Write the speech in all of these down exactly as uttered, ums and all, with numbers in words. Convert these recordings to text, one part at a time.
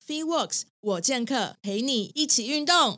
FitWorks 我健客陪你一起运动。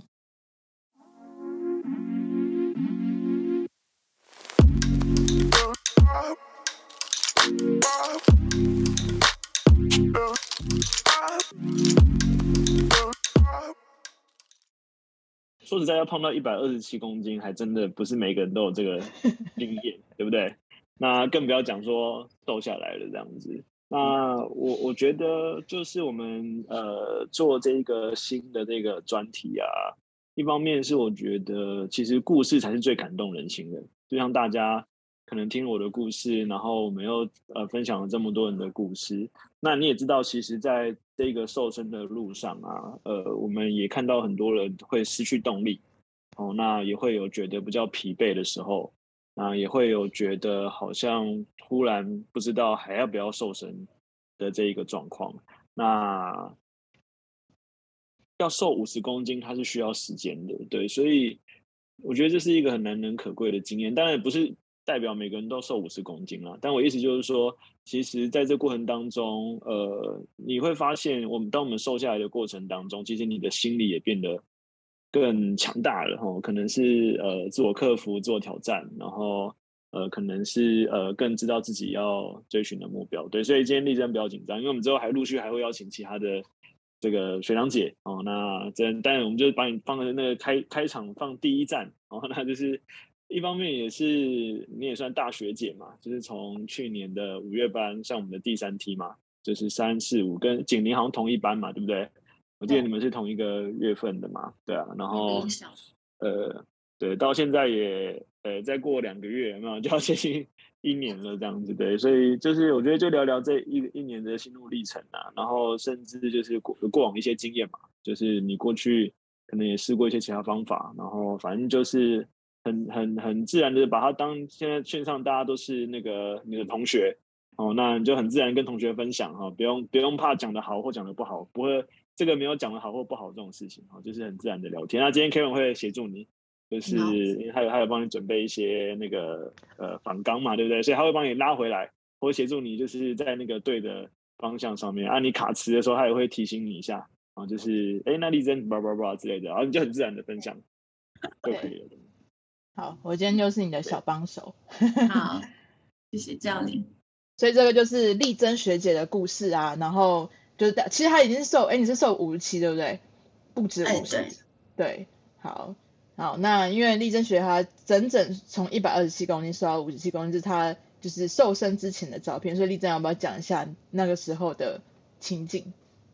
说实在，要胖到一百二十七公斤，还真的不是每个人都有这个经验，对不对？那更不要讲说瘦下来了这样子。那我我觉得就是我们呃做这个新的这个专题啊，一方面是我觉得其实故事才是最感动人心的，就像大家可能听我的故事，然后我们又呃分享了这么多人的故事。那你也知道，其实在这个瘦身的路上啊，呃，我们也看到很多人会失去动力，哦，那也会有觉得比较疲惫的时候，那也会有觉得好像突然不知道还要不要瘦身的这一个状况。那要瘦五十公斤，它是需要时间的，对，所以我觉得这是一个很难能可贵的经验。当然不是代表每个人都瘦五十公斤啦，但我意思就是说，其实在这过程当中，呃，你会发现，我们当我们瘦下来的过程当中，其实你的心理也变得更强大了哈，可能是呃自我克服、自我挑战，然后呃可能是呃更知道自己要追寻的目标。对，所以今天丽珍不要紧张，因为我们之后还陆续还会邀请其他的这个学长姐哦。那这当然我们就把你放在那个开开场放第一站哦，那就是一方面也是你也算大学姐嘛，就是从去年的五月班上我们的第三梯嘛，就是三四五跟景玲好像同一班嘛，对不对？我记得你们是同一个月份的嘛，对啊，然后呃，对，到现在也呃再过两个月，有没有就要接近一年了这样子，对，所以就是我觉得就聊聊这一一年的心路历程啊，然后甚至就是过过往一些经验嘛，就是你过去可能也试过一些其他方法，然后反正就是很很很自然的把它当现在线上大家都是那个你的同学哦，那你就很自然跟同学分享哈、哦，不用不用怕讲的好或讲的不好，不会这个没有讲的好或不好这种事情哈、哦，就是很自然的聊天。那今天 Kevin 会协助你。就是因为他有他有帮你准备一些那个呃反纲嘛，对不对？所以他会帮你拉回来，或协助你就是在那个对的方向上面啊。你卡词的时候，他也会提醒你一下啊，就是哎，那丽珍叭叭叭之类的，然后你就很自然的分享就可以了。 好，我今天就是你的小帮手。 好，谢谢教练。 所以这个就是丽珍学姐的故事啊，然后就是其实她已经是瘦，哎，你是瘦五十七对不对？不止五十、哎，对，好。好，那因为丽珍学她整整从一百二十七公斤瘦到五十七公斤，是她就是瘦身之前的照片，所以丽珍要不要讲一下那个时候的情景？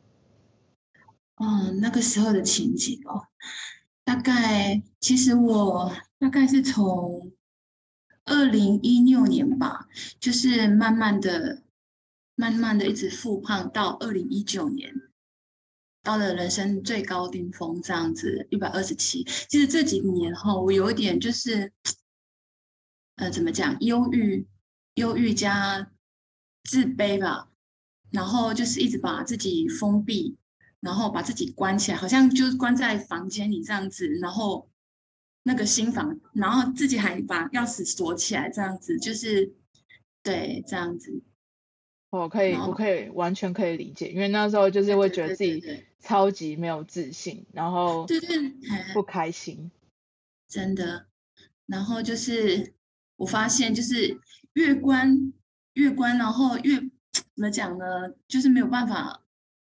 哦，那个时候的情景哦，大概其实我大概是从二零一六年吧，就是慢慢的、慢慢的一直复胖到二零一九年。到了人生最高顶峰，这样子一百二十七。其实这几年后，我有一点就是，呃，怎么讲，忧郁、忧郁加自卑吧。然后就是一直把自己封闭，然后把自己关起来，好像就关在房间里这样子。然后那个新房，然后自己还把钥匙锁起来，这样子，就是对这样子。 我可以，我可以完全可以理解，因为那时候就是会觉得自己超级没有自信，然后不开心， 真的。然后就是我发现，就是越关越关，然后越怎么讲呢？就是没有办法，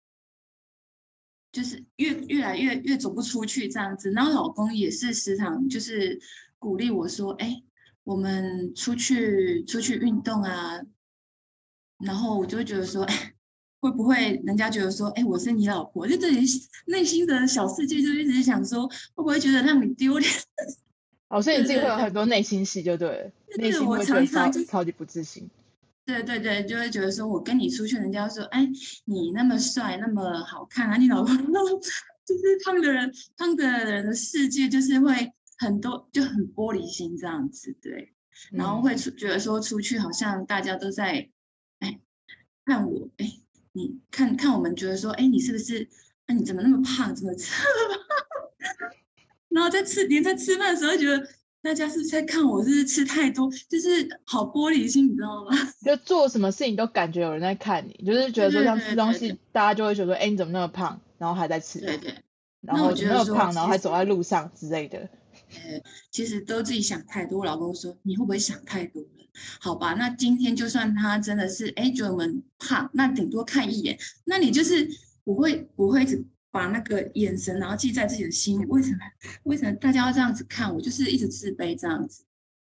就是越越来越越走不出去这样子。然后老公也是时常就是鼓励我说：“哎，我们出去出去运动啊。”然后我就会觉得说，哎，会不会人家觉得说，哎，我是你老婆，就自己内心的小世界就一直想说，会不会觉得让你丢脸？ 哦，所以你自己会有很多内心戏，就对了，内心会觉得超超级不自信。 对对对，就会觉得说我跟你出去，人家说，哎，你那么帅，那么好看啊，你老公就是胖的人，胖的人的世界就是会很多，就很玻璃心这样子，对，然后会出觉得说出去好像大家都在。哎，看我，哎，你看看我们觉得说，哎，你是不是？哎，你怎么那么胖？怎么这么胖？然后在吃，连在吃饭的时候觉得， 大家是不是在看我是不是吃太多，就是好玻璃心，你知道吗？ 就做什么事情都感觉有人在看你，就是觉得说像吃东西， 对对对对大家就会觉得说，哎，你怎么那么胖，然后还在吃， 对对。 然后怎么那我觉得说， 那么胖，然后其实还走在路上之类的。 呃，其实都自己想太多。我老公说你会不会想太多了？好吧，那今天就算他真的是哎觉得我们胖，那顶多看一眼，那你就是不会不会一直把那个眼神然后记在自己的心里。为什么为什么大家要这样子看我？就是一直自卑这样子。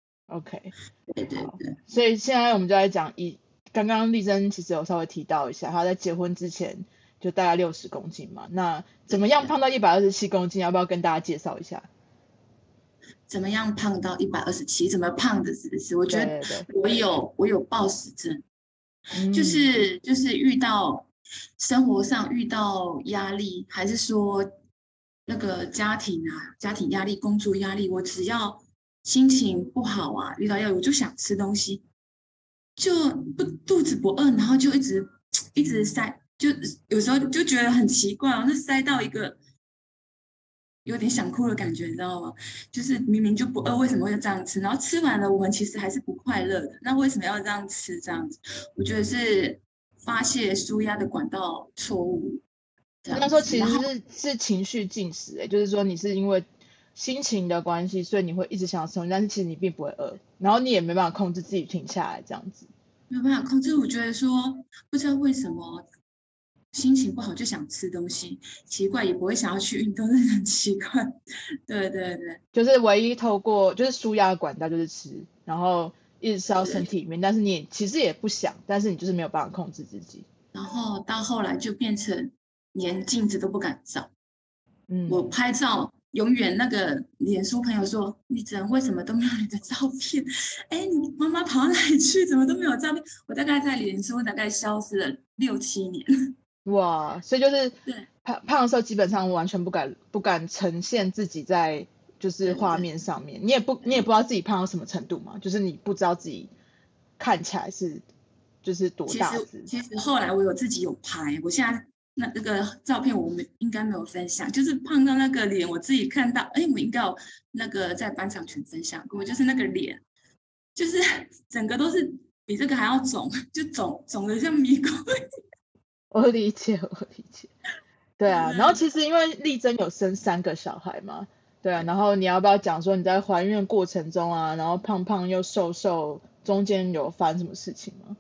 OK， 对对对。 所以现在我们就来讲，以刚刚丽珍其实有稍微提到一下，她在结婚之前就大概六十公斤嘛，那怎么样胖到一百二十七公斤？要不要跟大家介绍一下？ 怎么样胖到一百二十七？怎么胖的？是不是？我觉得对对我有我有暴食症， 嗯、 就是就是遇到生活上遇到压力，还是说那个家庭啊，家庭压力、工作压力，我只要心情不好啊，遇到压力我就想吃东西，就不肚子不饿，然后就一直一直塞，就有时候就觉得很奇怪哦，那塞到一个。有点想哭的感觉，你知道吗？就是明明就不饿，为什么会这样吃？然后吃完了，我们其实还是不快乐的。那为什么要这样吃？这样子，我觉得是发泄舒压的管道错误。 那时候其实是是情绪进食、欸，就是说你是因为心情的关系，所以你会一直想要吃东西，但是其实你并不会饿，然后你也没办法控制自己停下来，这样子。 没有办法控制，我觉得说不知道为什么。心情不好就想吃东西，奇怪也不会想要去运动，真的很奇怪。对对对， 就是唯一透过就是舒压的管道就是吃，然后一直吃到身体里面，但是你也其实也不想，但是你就是没有办法控制自己。 然后到后来就变成连镜子都不敢照。 嗯， 我拍照永远那个脸书朋友说你怎为什么都没有你的照片？哎，你妈妈跑到哪里去？怎么都没有照片？我大概在脸书大概消失了六七年。 哇，所以就是对胖胖的时候，基本上完全不敢不敢呈现自己在就是画面上面，你也不你也不知道自己胖到什么程度嘛，就是你不知道自己看起来是就是多大只。 其实其实后来我有自己有拍，我现在那那个照片我们应该没有分享，就是胖到那个脸，我自己看到，哎，我应该有那个在班上群分享过，就是那个脸，就是整个都是比这个还要肿，就肿肿的像迷宫。 我理解，我理解。对啊，然后其实因为丽珍有生三个小孩嘛，对啊，然后你要不要讲说你在怀孕过程中啊，然后胖胖又瘦瘦，中间有发生什么事情吗？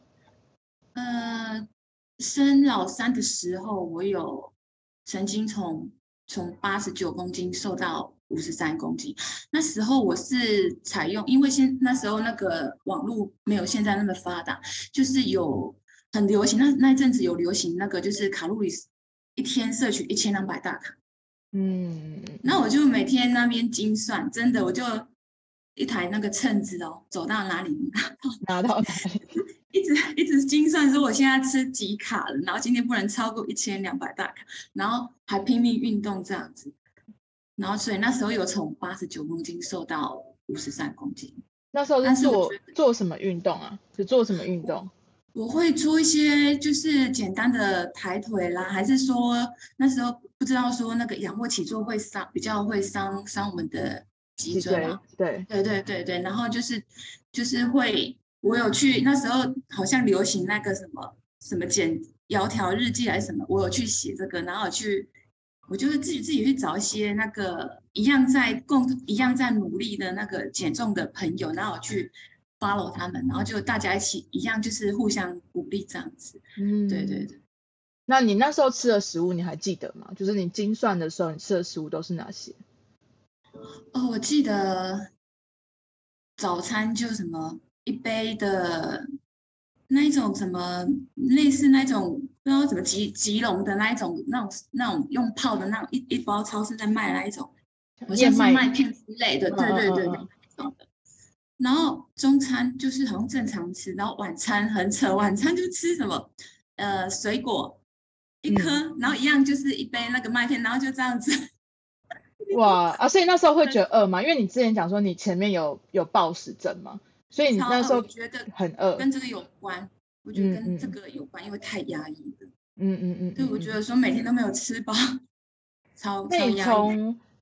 呃，生老三的时候，我有曾经从从八十九公斤瘦到五十三公斤。那时候我是采用，因为现那时候那个网络没有现在那么发达，就是有很流行，那那一阵子有流行那个就是卡路里一天摄取一千两百大卡。 嗯， 那我就每天那边精算，真的我就一台那个秤子哦，走到哪里拿到哪里？ 一直一直精算说我现在吃几卡了，然后今天不能超过一千两百大卡，然后还拼命运动这样子，然后所以那时候有从八十九公斤瘦到五十三公斤。 那时候是做做什么运动啊？是做什么运动？ 我会做一些就是简单的抬腿啦，还是说那时候不知道说那个仰卧起坐会伤，比较会伤伤我们的脊椎嘛？ 对对对对对，然后就是就是会。我有去那时候好像流行那个什么什么减窈窕日记还是什么，我有去写这个，然后去我就自己自己去找一些那个一样在共一样在努力的那个减重的朋友，然后我去 follow 他们，然后就大家一起一样就是互相鼓励这样子。嗯，对对对。 那你那时候吃的食物你还记得吗？就是你精算的时候你吃的食物都是哪些？ 哦，我记得早餐就什么。一杯的那一种什么类似那种不知道怎么吉吉隆的那一种那种那种用泡的那种一一包超市在卖那一种，好像是麦片之类的，对对对对，那种的。然后中餐就是好像正常吃，然后晚餐很扯，晚餐就吃什么呃水果一颗，嗯、然后一样就是一杯那个麦片，然后就这样子。 哇啊！所以那时候会觉得饿吗？因为你之前讲说你前面有有暴食症嘛。所以你那时候觉得很饿， 跟这个有关。我觉得跟这个有关，嗯、因为太压抑了。 嗯嗯嗯。 对，我觉得说每天都没有吃饱，超那你从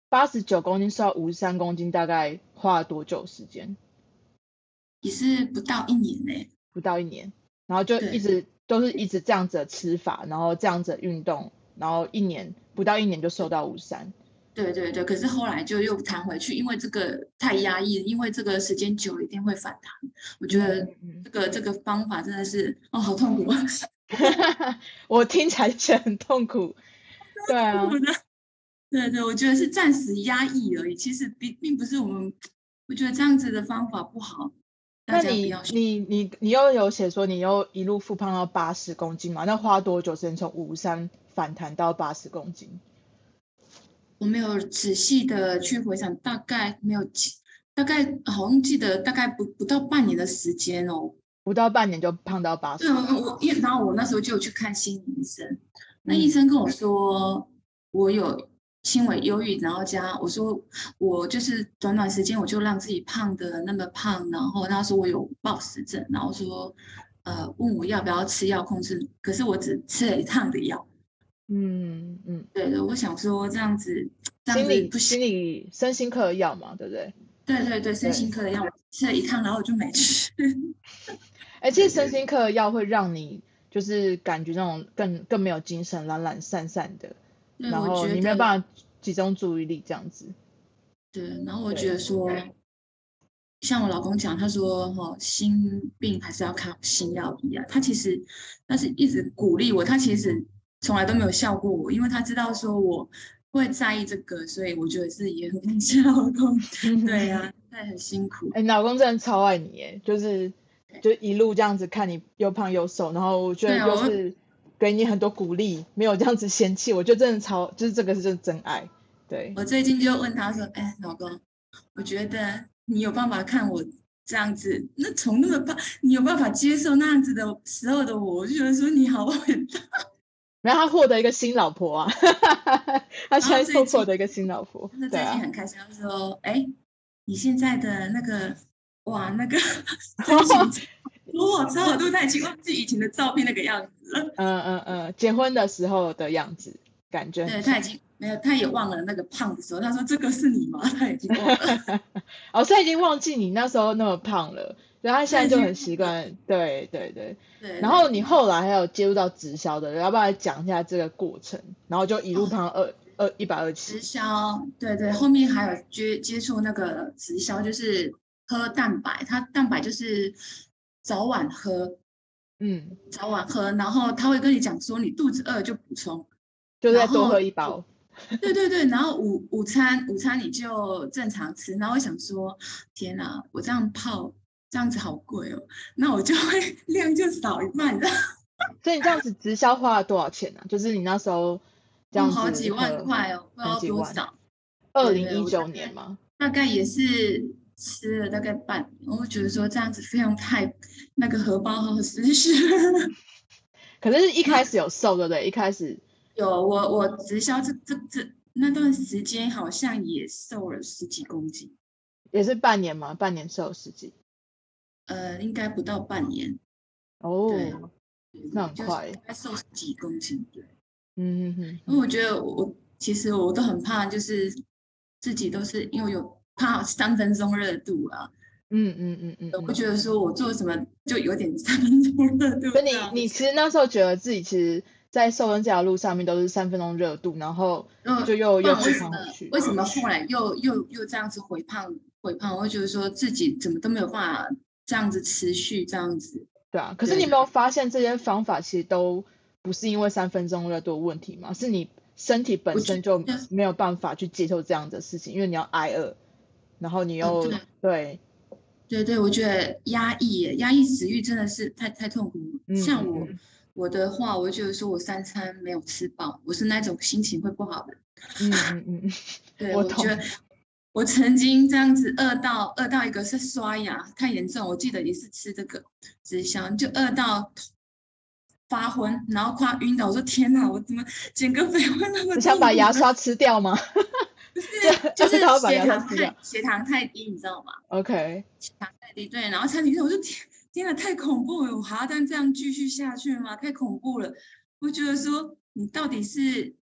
八十九公斤瘦到五十三公斤，大概花了多久时间？ 也是不到一年呢、欸， 不到一年，然后就一直都是一直这样子的吃法，然后这样子的运动，然后一年不到一年就瘦到五十三。 对对对，可是后来就又弹回去，因为这个太压抑了，因为这个时间久了一定会反弹。我觉得这个、嗯、这个方法真的是哦，好痛苦啊！ 我听起来就觉得很痛苦。对啊， 对对，我觉得是暂时压抑而已，其实并并不是我们，我觉得这样子的方法不好。 那你你你你又有写说你又一路复胖到八十公斤嘛？那花多久时间从五十三反弹到八十公斤？ 我没有仔细的去回想，大概没有，大概好像记得大概不不到半年的时间哦， 不到半年就胖到八十。 对，我因为然后我那时候就有去看心理医生，那医生跟我说我有轻微忧郁，然后加我说我就是短短时间我就让自己胖的那么胖，然后他说我有暴食症，然后说呃问我要不要吃药控制，可是我只吃了一趟的药。 嗯嗯， 对对，我想说这样子，这样子不心理身心科的药嘛，对不对？ 对对对，身心科的药吃了一趟，然后我就没吃。 而且身心科的药会让你就是感觉那种更更没有精神，懒懒散散的，然后你没有办法集中注意力这样子。 对，然后我觉得说，像我老公讲，他说哈、哦，心病还是要靠心药医啊。他其实他是一直鼓励我，他其实从来都没有笑过我，因为他知道说我会在意这个，所以我觉得是也很感谢老公。对呀、啊，他也很辛苦。 哎、欸，老公真的超爱你哎，就是就一路这样子看你又胖又瘦，然后我觉得就是给你很多鼓励，没有这样子嫌弃，我觉得真的超就是这个是就是真爱。对， 我最近就问他说，哎、欸，老公，我觉得你有办法看我这样子，那从那么胖，你有办法接受那样子的时候的我，我就觉得说你好伟大。 然后他获得一个新老婆啊，他现在获得一个新老婆。 那最近很开心，他说：“哎、欸，你现在的那个哇，那个身形，哇，差好多，他已经忘记以前的照片那个样子了。” 嗯嗯嗯，结婚的时候的样子，感觉对他已经没有，他也忘了那个胖的时候。他说：“这个是你吗？”他已经忘了。 哦，他已经忘记你那时候那么胖了。然后他现在就很习惯，对对对对。然后你后来还有接触到直销的，要不要来讲一下这个过程？然后就一路胖二二一百二七。 直销，对对，后面还有接接触那个直销，就是喝蛋白，它蛋白就是早晚喝， 嗯， 早晚喝，然后他会跟你讲说，你肚子饿就补充， 就再多喝一包。 对对对，然后午午餐午餐你就正常吃，然后我想说，天哪，我这样泡。这样子好贵哦，那我就会量就少一半的。 所以你这样子直销花了多少钱呢、啊？就是你那时候这样子、 哦、好几万块哦，不知道多少。 二零一九年吗？ 大概也是吃了大概半年，我觉得说这样子费用太那个荷包好失血。 可是一开始有瘦对不对？一开始有我我直销这这这那段时间好像也瘦了十几公斤， 也是半年吗？半年瘦十几？ 呃，应该不到半年。 哦，那很快， 大概瘦十几公斤，对。 嗯哼哼。 因为我觉得我其实我都很怕，就是自己都是因为有怕三分钟热度啊。 嗯嗯嗯嗯。 我觉得说我做什么就有点三分钟热度。 所以你你其实那时候觉得自己其实，在瘦身这条路上面都是三分钟热度，然后就又又回胖回去。为什么后来又又又这样子回胖回胖？我会觉得说自己怎么都没有办法这样子持续这样子。 对啊，可是你有没有发现这些方法其实都不是因为三分钟热度的问题嘛？是你身体本身就没有办法去接受这样的事情，因为你要挨饿，然后你又、哦、对对对，我觉得压抑耶，压抑食欲真的是太太痛苦了。嗯、像我我的话，我就觉得说我三餐没有吃饱，我是那种心情会不好的。 嗯嗯嗯， 对，我, 我觉得我曾经这样子饿到饿到一个是刷牙太严重，我记得也是吃这个直销，就饿到发昏，然后快晕倒。我说天哪，我怎么减个肥会那么？ 你想把牙刷吃掉吗？ 不是，就是血糖太血糖太低，你知道吗 ？OK， 血糖太低，对，然后餐厅说，我说天天哪，太恐怖了，我还要这样继续下去吗？太恐怖了。我觉得说你到底是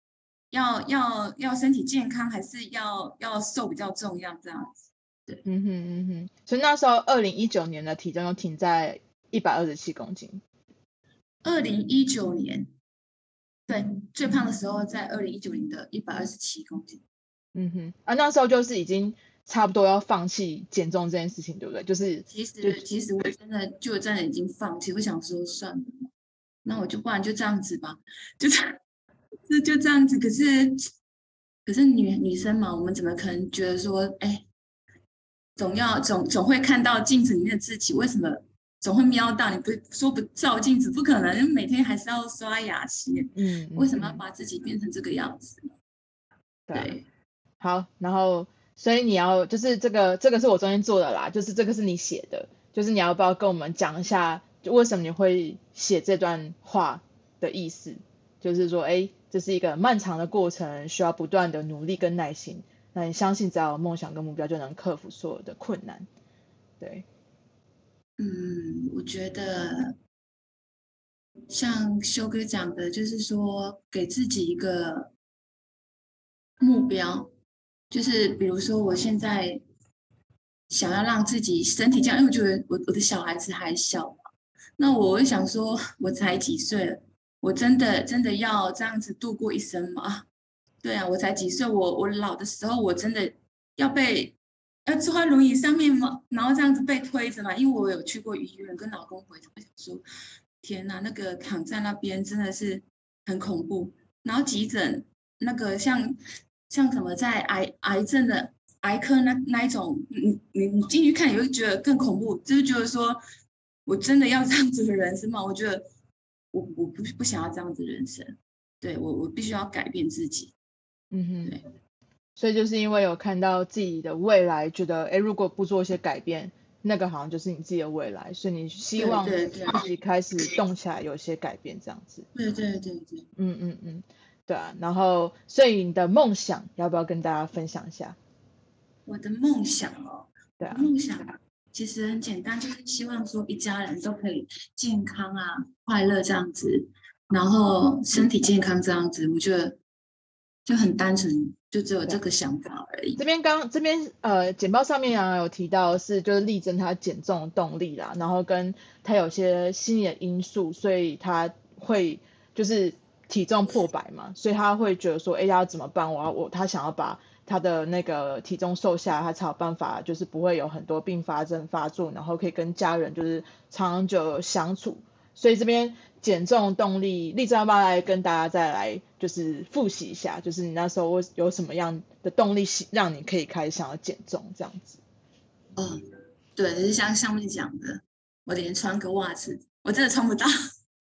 要要要身体健康，还是要要瘦比较重要这样子。对， 嗯哼嗯哼，所以那时候二零一九年的体重又停在一百二十七公斤。 二零一九年，对，最胖的时候在二零一九年的一百二十七公斤。 嗯哼，啊，那时候就是已经差不多要放弃减重这件事情，对不对？就是其实其实我真的就真的已经放弃，我想说算了，那我就不然就这样子吧，就这样，就就这样子。可是可是女女生嘛，我们怎么可能觉得说，哎，总要总总会看到镜子里面的自己，为什么总会瞄到？你不说不照镜子，不可能，因为每天还是要刷牙洗。 嗯， 为什么要把自己变成这个样子呢？ 对， 对， 好，然后所以你要就是这个这个是我中间做的啦，就是这个是你写的，就是你要不要跟我们讲一下，就为什么你会写这段话的意思？就是说，哎，这是一个漫长的过程，需要不断的努力跟耐心。那你相信只要有梦想跟目标，就能克服所有的困难。对， 嗯，我觉得像修哥讲的，就是说给自己一个目标，就是比如说我现在想要让自己身体健康，因为我觉得我我的小孩子还小嘛，那我会想说，我才几岁了，我真的真的要这样子度过一生吗？对啊，我才几岁，我我老的时候，我真的要被要坐在轮椅上面吗？然后这样子被推着嘛？因为我有去过医院，跟老公回头想说，天哪，那个躺在那边真的是很恐怖。然后急诊那个像像什么在癌癌症的癌科那那一种，你你你进去看，你会觉得更恐怖，就是觉得说我真的要这样子的人生吗？我觉得我我不不想要这样子的人生，对我我必须要改变自己。 嗯哼， 对， 所以就是因为有看到自己的未来，觉得哎，如果不做一些改变，那个好像就是你自己的未来，所以你希望对自对对己开始动起来，有些改变这样子。 对对对对， 嗯嗯嗯，对啊。然后，所以你的梦想要不要跟大家分享一下？ 我的梦想哦， 对啊， 梦想其实很简单，就是希望说一家人都可以健康啊、快乐这样子，然后身体健康这样子，我觉得就很单纯，就只有这个想法而已。 这边刚这边呃简报上面啊有提到是就是力争他减重的动力啦，然后跟他有些心理的因素，所以他会就是体重破百嘛，所以他会觉得说，哎，要怎么办？我要我他想要把他的那个体重瘦下来，他才有办法就是不会有很多并发症发作，然后可以跟家人就是长久相处。所以这边减重动力，立正要不要来跟大家再来就是复习一下，就是你那时候有什么样的动力让你可以开始想要减重这样子？ 哦，对，就是像上面讲的，我连穿个袜子，我真的穿不到。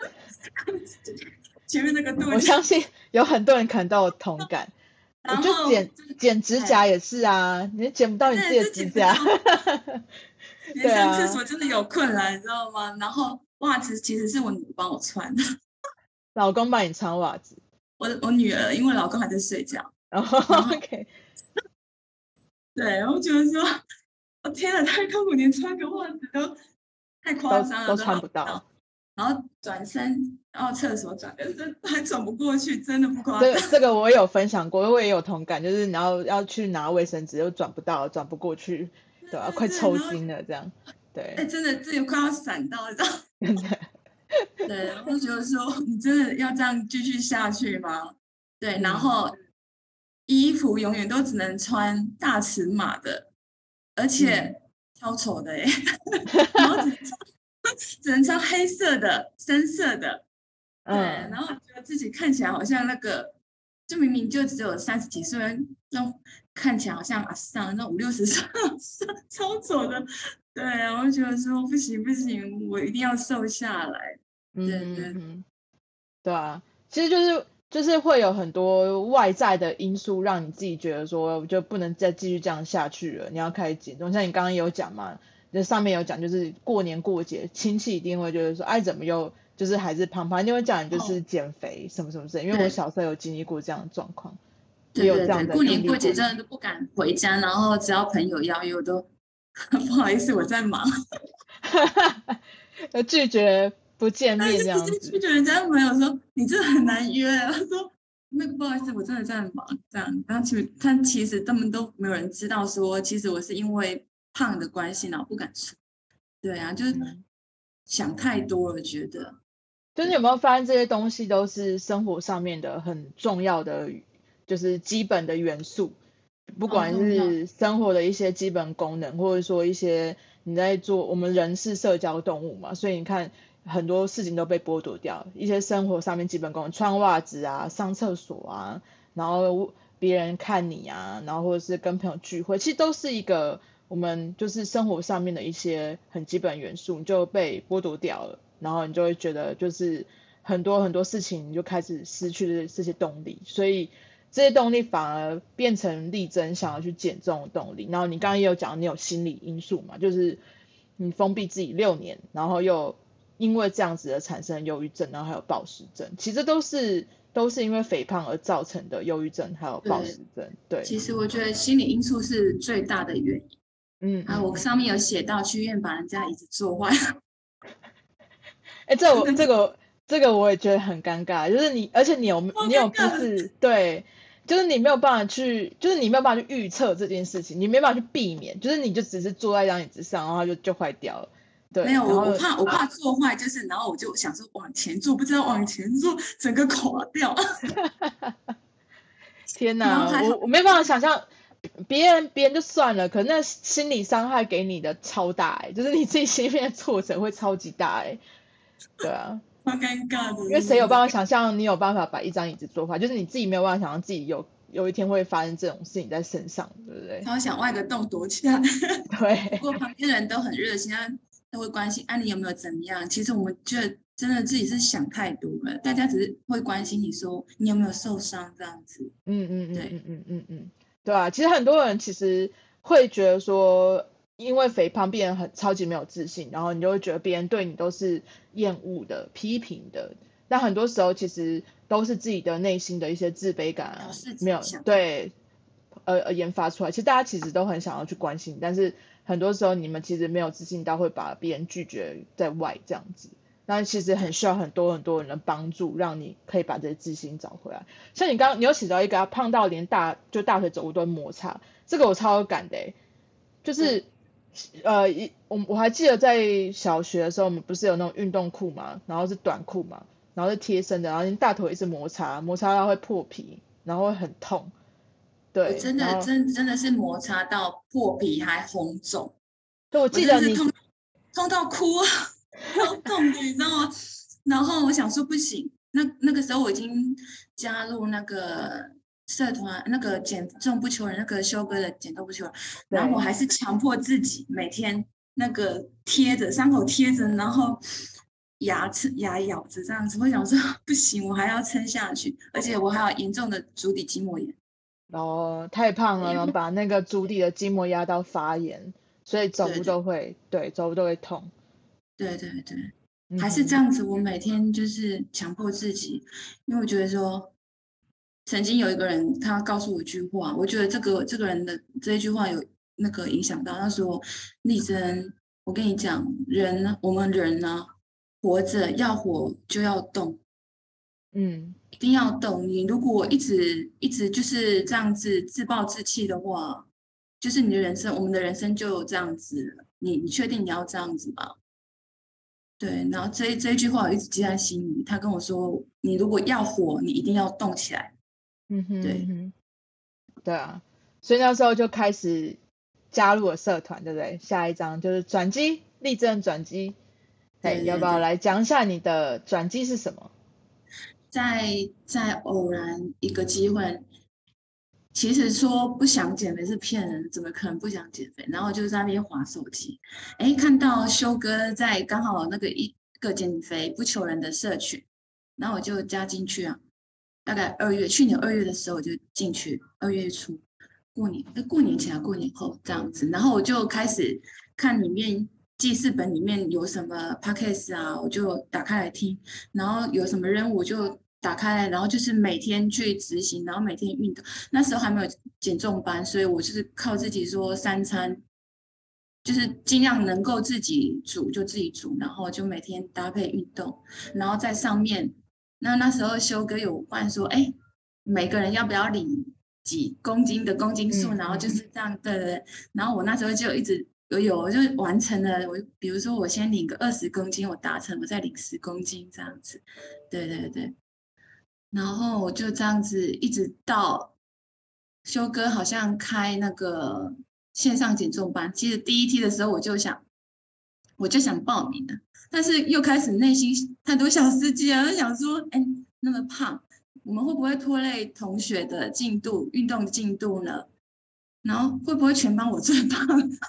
前面那个肚， 我相信有很多人可能都有同感。我就剪剪指甲也是啊，你剪不到你自己的指甲。 连上厕所真的有困难，你知道吗？然后袜子其实是我女儿帮我穿的， 老公帮你穿袜子。 我我女儿，因为老公还在睡觉。 然后 OK， 对，然后觉得说，我、哦、天啊，太痛苦，连穿个袜子都太夸张了， 都, 都穿不到。 然后转身，然后厕所转，还转不过去，真的不夸张。 这个这个我也有分享过，我也有同感，就是然后要去拿卫生纸又转不到，转不过去，对啊，快抽筋了这样。对， 哎，真的自己快要闪到，你知道吗？对，然后觉得说，你真的要这样继续下去吗？对，然后衣服永远都只能穿大尺码的，而且超丑的哎，然后只能穿只能穿黑色的、深色的，对，然后觉得自己看起来好像那个，就明明就只有三十几岁，那种看起来好像阿桑那五六十岁，超丑的。对，然后觉得说不行不行，我一定要瘦下来。对对、 嗯、对啊，其实就是就是会有很多外在的因素让你自己觉得说就不能再继续这样下去了，你要开始减重。像你刚刚有讲嘛，就上面有讲，就是过年过节亲戚一定会觉得说，哎，怎么又就是还是胖胖，一定会叫你就是减肥、哦、什么什么之类。因为我小时候有经历过这样的状况， 对对对，过年过节真的都不敢回家，然后只要朋友邀约我都不好意思，我在忙， 拒绝不见面这样子。 拒绝人家朋友说你这很难约，他说那个不好意思，我真的在忙这样。然后其实他其实他们都没有人知道说，其实我是因为胖的关系，然后不敢吃。对啊，就是想太多了，觉得。 就是你有没有发现这些东西都是生活上面的很重要的，就是基本的元素，不管是生活的一些基本功能，或者说一些你在做，我们人是社交动物嘛，所以你看很多事情都被剥夺掉，一些生活上面基本功能，穿袜子啊，上厕所啊，然后别人看你啊，然后或者是跟朋友聚会，其实都是一个我们就是生活上面的一些很基本元素，你就被剥夺掉了。然后你就会觉得就是很多很多事情你就开始失去了这些动力，所以这些动力反而变成力争想要去减重的动力。然后你刚刚也有讲你有心理因素嘛，就是你封闭自己六年，然后又因为这样子而产生忧郁症，然后还有暴食症，其实都是都是因为肥胖而造成的忧郁症还有暴食症。对， 其实我觉得心理因素是最大的原因。嗯，啊，我上面有写到去医院把人家椅子坐坏。 哎、欸，这我这个这个我也觉得很尴尬，就是你，而且你有你有不是对，就是你没有办法去，就是你没有办法去预测这件事情，你没办法去避免，就是你就只是坐在一张椅子上，然后它就就坏掉了。对， 没有，我我怕我怕坐坏，就是然后我就想说往前坐，不知道往前坐整个垮掉。 天哪，我我没办法想象。别人别人就算了，可是那心理伤害给你的超大哎、欸，就是你自己心里面的挫折会超级大哎、欸。对啊， 好尴尬的。 因为谁有办法想象你有办法把一张椅子坐坏？就是你自己没有办法想象自己有有一天会发生这种事情在身上，对不对？ 他会想挖个洞躲起来。 对。 不过旁边的人都很热心，他都会关心啊你有没有怎么样？其实我们觉得真的自己是想太多了，大家只是会关心你说你有没有受伤这样子。 嗯嗯嗯嗯嗯嗯嗯，对啊，其实很多人其实会觉得说。因为肥胖变得很超级没有自信，然后你就会觉得别人对你都是厌恶的、批评的。但很多时候其实都是自己的内心的一些自卑感、啊、没有对呃呃研发出来。其实大家其实都很想要去关心，但是很多时候你们其实没有自信到会把别人拒绝在外这样子。那其实很需要很多很多人的帮助，让你可以把这些自信找回来。像你刚刚你有写到一个、啊、胖到连大就大腿走路都会摩擦，这个我超有感的、欸、就是。呃，我我还记得在小学的时候，我们不是有那种运动裤嘛，然后是短裤嘛，然后是贴身的，然后你大腿一直摩擦，摩擦到会破皮，然后会很痛。对， 我真的真真的是摩擦到破皮还红肿。 对，我记得你痛痛到哭啊，超痛的，你知道吗？然后我想说不行，那那个时候我已经加入那个。社团那个减重不求人，那个修哥的减重不求人，然后我还是强迫自己每天那个贴着伤口贴着，然后牙齿牙咬着这样子。我想说不行，我还要撑下去，而且我还有严重的足底筋膜炎。 哦，太胖了，然后把那个足底的筋膜压到发炎，所以走路都会 对, 对, 对走路都会痛。 对对对，嗯、还是这样子。我每天就是强迫自己，因为我觉得说。曾经有一个人，他告诉我一句话，我觉得这个这个人的这一句话有那个影响到。他说：“丽珍，我跟你讲，人呢，我们人呢，活着要活就要动， 嗯， 一定要动。你如果一直一直就是这样子自暴自弃的话，就是你的人生，我们的人生就这样子了。你你确定你要这样子吗？”对，然后这这一句话我一直记在心里。他跟我说：“你如果要活，你一定要动起来。” 嗯哼，对，嗯、对啊，所以那时候就开始加入了社团，对不对？下一章就是转机，立正转机。对，要不要来讲一下你的转机是什么？ 在在偶然一个机会，其实说不想减肥是骗人，怎么可能不想减肥？然后就在那边滑手机，哎，看到修哥在刚好那个一个减肥不求人的社群，然后我就加进去啊。大概二月，去年二月的时候我就进去，二月初过年，哎，过年前啊，过年后这样子，然后我就开始看里面记事本里面有什么 podcast 啊，我就打开来听，然后有什么任务我就打开来，然后就是每天去执行，然后每天运动。那时候还没有减重班，所以我就是靠自己说三餐，就是尽量能够自己煮就自己煮，然后就每天搭配运动，然后在上面。那那时候修哥有问说，哎， 每个人要不要领几公斤的公斤数， 嗯然后就是这样对对。然后我那时候就一直有有，我就完成了。我比如说我先领个二十公斤，我达成，我再领十公斤这样子，对对对。然后我就这样子一直到修哥好像开那个线上减重班，其实第一梯的时候我就想，我就想报名了，但是又开始内心太多小世界，我就想说，哎，那么胖，我们会不会拖累同学的进度、运动的进度呢？然后会不会全班我最胖？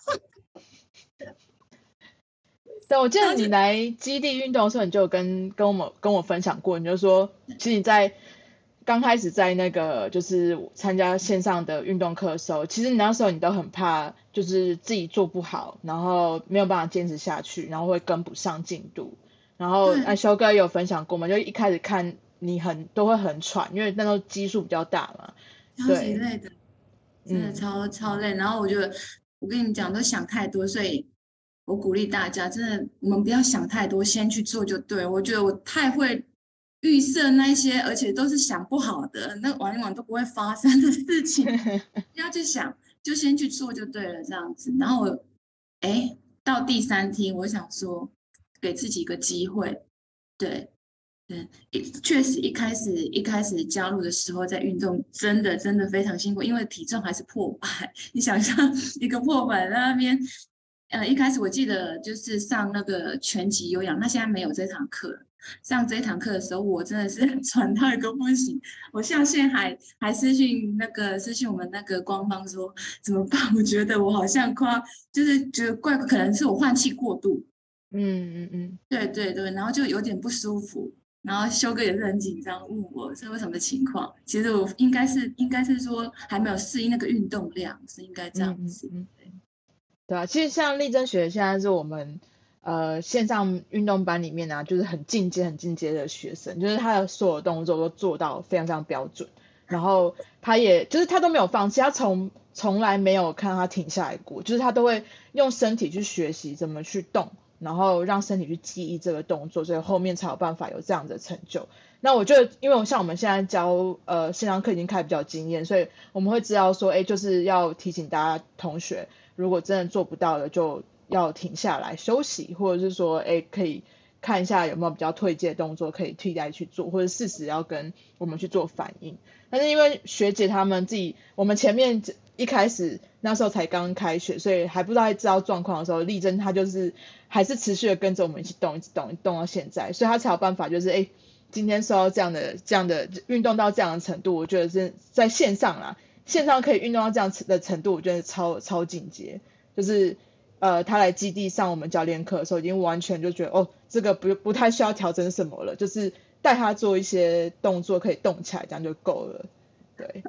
对，我记得你来基地运动的时候，你就跟跟我们跟我分享过，你就说，其实你在刚开始在那个就是参加线上的运动课的时候，其实你那时候你都很怕，就是自己做不好，然后没有办法坚持下去，然后会跟不上进度。然后哎，修哥也有分享过嘛，就一开始看你很都会很喘，因为那时候基数比较大嘛， 超级累的，真的超、 嗯、 超累。然后我觉得，我跟你讲，都想太多，所以我鼓励大家，真的，我们不要想太多，先去做就对。我觉得我太会预设那些，而且都是想不好的，那往往都不会发生的事情，不要去想，就先去做就对了，这样子。然后我，哎，到第三天，我想说，给自己一个机会，对。对，确实一开始一开始加入的时候，在运动真的真的非常辛苦，因为体重还是破百。你想象一个破百在那边，呃，一开始我记得就是上那个拳击有氧，那现在没有这堂课。上这堂课的时候，我真的是喘到一个不行。我下线还还私讯那个私讯我们那个官方说怎么办？我觉得我好像快就是觉得怪，可能是我换气过度。 嗯嗯嗯， 对对对，然后就有点不舒服。然后修哥也是很紧张，问我是为什么情况。其实我应该是应该是说还没有适应那个运动量，是应该这样子。 嗯嗯嗯、对啊，其实像丽珍学现在是我们呃线上运动班里面啊，就是很进阶很进阶的学生，就是他的所有动作都做到非常非常标准，然后他也就是他都没有放弃，他从从来没有看他停下来过，就是他都会用身体去学习怎么去动。然后让身体去记忆这个动作，所以后面才有办法有这样的成就。那我觉得，因为像我们现在教呃线上课已经开比较经验，所以我们会知道说，哎，就是要提醒大家同学，如果真的做不到了，就要停下来休息，或者是说，哎，可以看一下有没有比较退阶的动作可以替代去做，或者适时要跟我们去做反应。但是因为学姐他们自己，我们前面一开始那时候才刚开学，所以还不知道知道状况的时候，丽珍她就是还是持续的跟着我们一起动，一直动，动到现在，所以她才有办法就是哎，今天受到这样的这样的运动到这样的程度，我觉得是在线上啦，线上可以运动到这样的程度，我觉得超超进阶，就是呃，他来基地上我们教练课的时候，已经完全就觉得哦，这个不不太需要调整什么了，就是带他做一些动作可以动起来，这样就够了。对，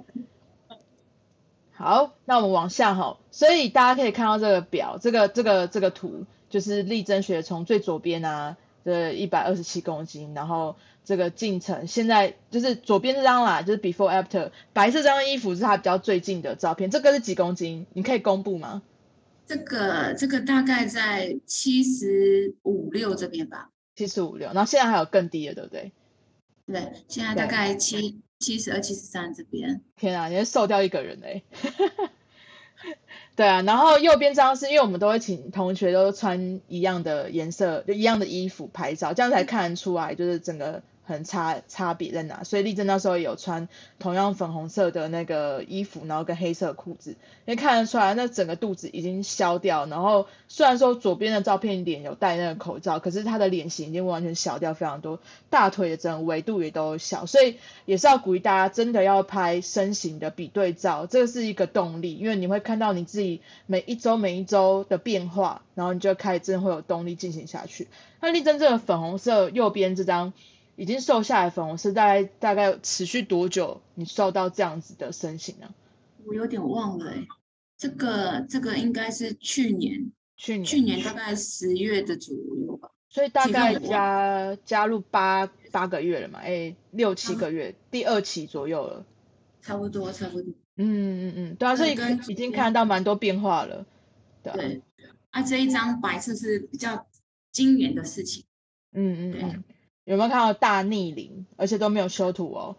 好，那我们往下哈，所以大家可以看到这个表，这个这个这个图，就是丽珍学从最左边啊，这一百二十七公斤，然后这个进程，现在就是左边这张啦，就是 before after， 白色这张衣服是他比较最近的照片，这个是几公斤？你可以公布吗？ 这个这个大概在七十五六这边吧， 七十五六，然后现在还有更低的，对不对？ 对，现在大概七七十二、七十三这边。 天啊，你会瘦掉一个人哎、欸！对啊，然后右边这张是因为我们都会请同学都穿一样的颜色，就一样的衣服拍照，这样才看得出来就是整个很差差别在哪。所以丽珍那时候也有穿同样粉红色的那个衣服，然后跟黑色裤子，因为看得出来那整个肚子已经消掉。然后虽然说左边的照片脸有戴那个口罩，可是他的脸型已经完全小掉非常多，大腿的整个维度也都小，所以也是要鼓励大家真的要拍身形的比对照，这个是一个动力，因为你会看到你自己每一周每一周的变化，然后你就开始真的会有动力进行下去。那丽珍这个粉红色右边这张已经瘦下来粉红色，大概大概持续多久你瘦到这样子的身形呢？ 我有点忘了哎、欸，这个这个应该是去年， 去年去年大概十月的左右吧。 所以大概加加入八八个月了嘛，哎，六七个月，第二期左右了。 差不多，差不多。 嗯嗯嗯，对啊，所以已经看到蛮多变化了。对啊， 对啊，这一张白色是比较今年的事情。 嗯嗯嗯， 有没有看到大逆龄，而且都没有修图哦，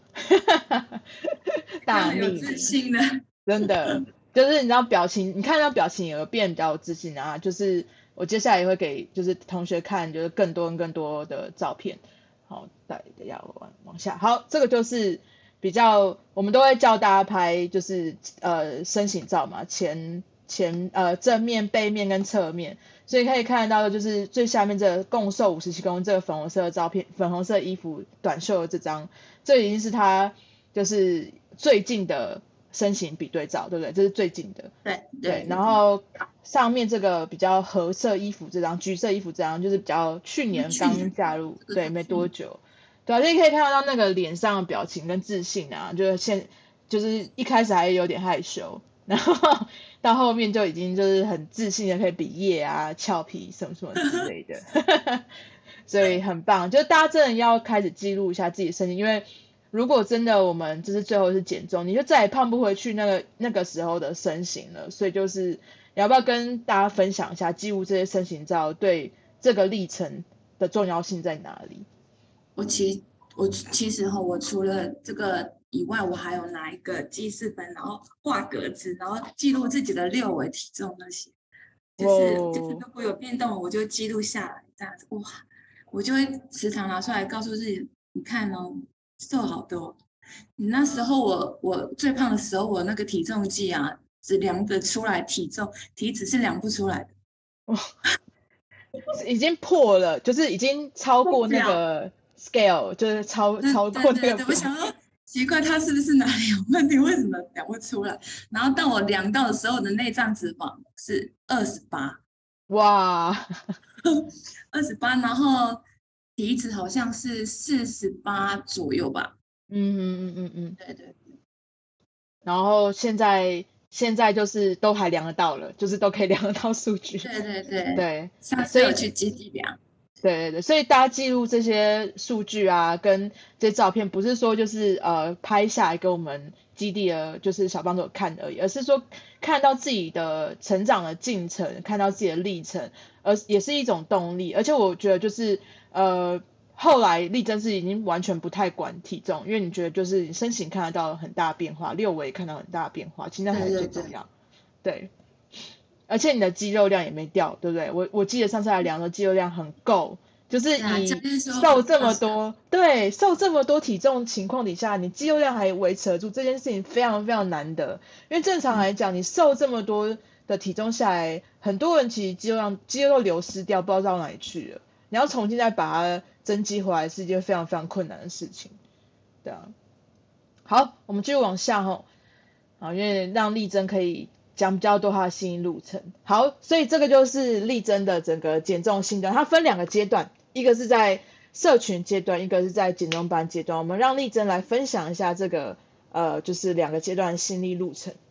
大逆龄， 有自信的， 真的就是你知道表情，你看到表情有变比较有自信啊，就是我接下来也会给就是同学看，就是更多更多的照片。好，再要往往下，好，这个就是比较我们都会教大家拍，就是呃身形照嘛，前前呃正面、背面跟侧面，所以可以看得到的就是最下面这个共瘦五十七公斤这个粉红色的照片，粉红色衣服短袖的这张，这已经是他就是最近的身形比对照，对不对？这是最近的。 对 对, 对，然后上面这个比较褐色衣服这张，橘色衣服这张，就是比较去年刚加入，对，没多久。对啊，所以可以看得到那个脸上的表情跟自信啊，就是现就是一开始还有点害羞，然后到后面就已经就是很自信的可以比耶啊、俏皮什么什么之类的，所以很棒。就大家真的要开始记录一下自己的身形，因为如果真的我们就是最后是减重，你就再也胖不回去那个那个时候的身形了。所以就是你要不要跟大家分享一下记录这些身形照对这个历程的重要性在哪里？ 我其我其实哈，我除了这个以外，我还有拿一个记事本，然后画格子，然后记录自己的六围体重那些，就是就是如果有变动，我就记录下来，这样子哇，我就会时常拿出来告诉自己，你看哦，瘦好多。你那时候我我最胖的时候，我那个体重计啊，只量得出来体重，体脂是量不出来的。 哇，已经破了，就是已经超过那个 scale， 就是超超过那个。 对对对，我想说奇怪，他是不是哪里有问题？为什么量不出来？然后当我量到的时候，的内脏脂肪是二十八， 哇， 二十八，然后体脂好像是四十八左右吧。 嗯嗯嗯嗯嗯， 对对。 然后现在现在就是都还量得到了，就是都可以量得到数据。 对对对对， 上次有去基地量。 对对对，所以大家记录这些数据啊，跟这些照片，不是说就是呃拍下来给我们基地的，就是小帮手看而已，而是说看到自己的成长的进程，看到自己的历程，而也是一种动力。而且我觉得就是呃后来丽珍是已经完全不太管体重，因为你觉得就是你身形看得到很大变化，六围看到很大变化，其实那才是最重要。对, 对, 对。而且你的肌肉量也没掉，对不对？我我记得上次来量的肌肉量很够，就是你瘦这么多，对，瘦这么多体重情况底下，你肌肉量还维持得住，这件事情非常非常难得。因为正常来讲，你瘦这么多的体重下来，很多人其实肌肉量肌肉流失掉，不知道到哪里去了。你要重新再把它增肌回来，是一件非常非常困难的事情。对啊，好，我们继续往下吼，好，因为让丽珍可以讲比较多她的心理路程。好，所以这个就是丽珍的整个减重心得，它分两个阶段，一个是在社群阶段，一个是在减重班阶段。我们让丽珍来分享一下这个呃，就是两个阶段的心理路程。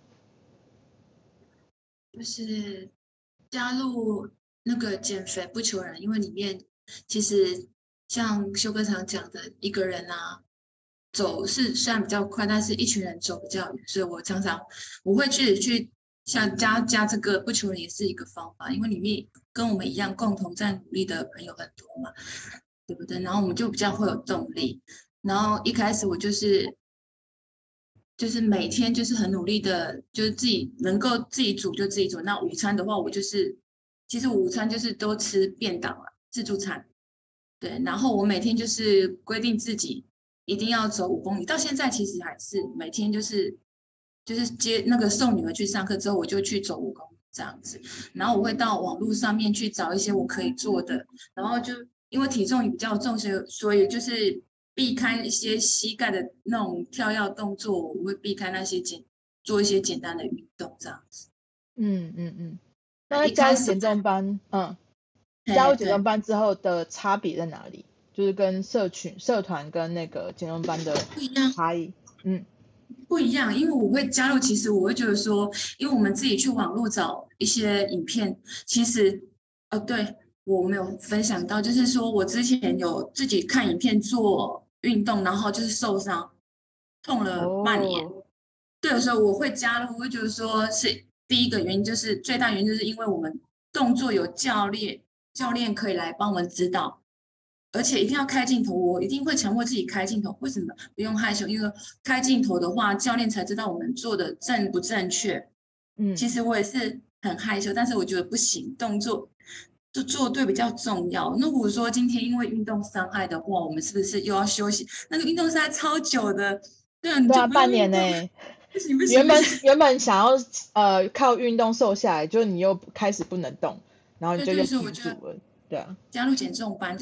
就是加入那个减肥不求人，因为里面其实像修哥常讲的，一个人啊走是虽然比较快，但是一群人走比较远，所以我常常我会去去像加加这个不求人也是一个方法，因为里面跟我们一样共同在努力的朋友很多嘛，对不对？然后我们就比较会有动力。然后一开始我就是就是每天就是很努力的，就是自己能够自己煮就自己煮。那午餐的话，我就是其实午餐就是都吃便当了，自助餐。对，然后我每天就是规定自己一定要走五公里，到现在其实还是每天就是就是接那个送女儿去上课之后，我就去走五公里这样子。然后我会到网络上面去找一些我可以做的，然后就因为体重也比较重，所以所以就是避开一些膝盖的那种跳跃动作，我会避开那些简做一些简单的运动这样子。 嗯嗯嗯。那加入减重班，嗯。加入减重班之后的差别在哪里？就是跟社群、社团跟那个减重班的差异。嗯， 不一样，因为我会加入，其实我会觉得说，因为我们自己去网络找一些影片，其实，呃，对我没有分享到，就是说我之前有自己看影片做运动，然后就是受伤，痛了半年。哦、对，所以我会加入，我会觉得说是第一个原因，就是最大原因就是因为我们动作有教练。教练可以来帮我们指导， 而且一定要开镜头，我一定会强迫自己开镜头。为什么？不用害羞，因为开镜头的话，教练才知道我们做的正不正确。嗯，其实我也是很害羞，但是我觉得不行，动作就做对比较重要。那如果说今天因为运动伤害的话，我们是不是又要休息？那个运动伤害超久的，对啊，你就对啊，半年呢、欸。 不行不行， 原本原本想要呃靠运动瘦下来，就你又开始不能动，然后你就又停住了。对啊， 加入减重班就是，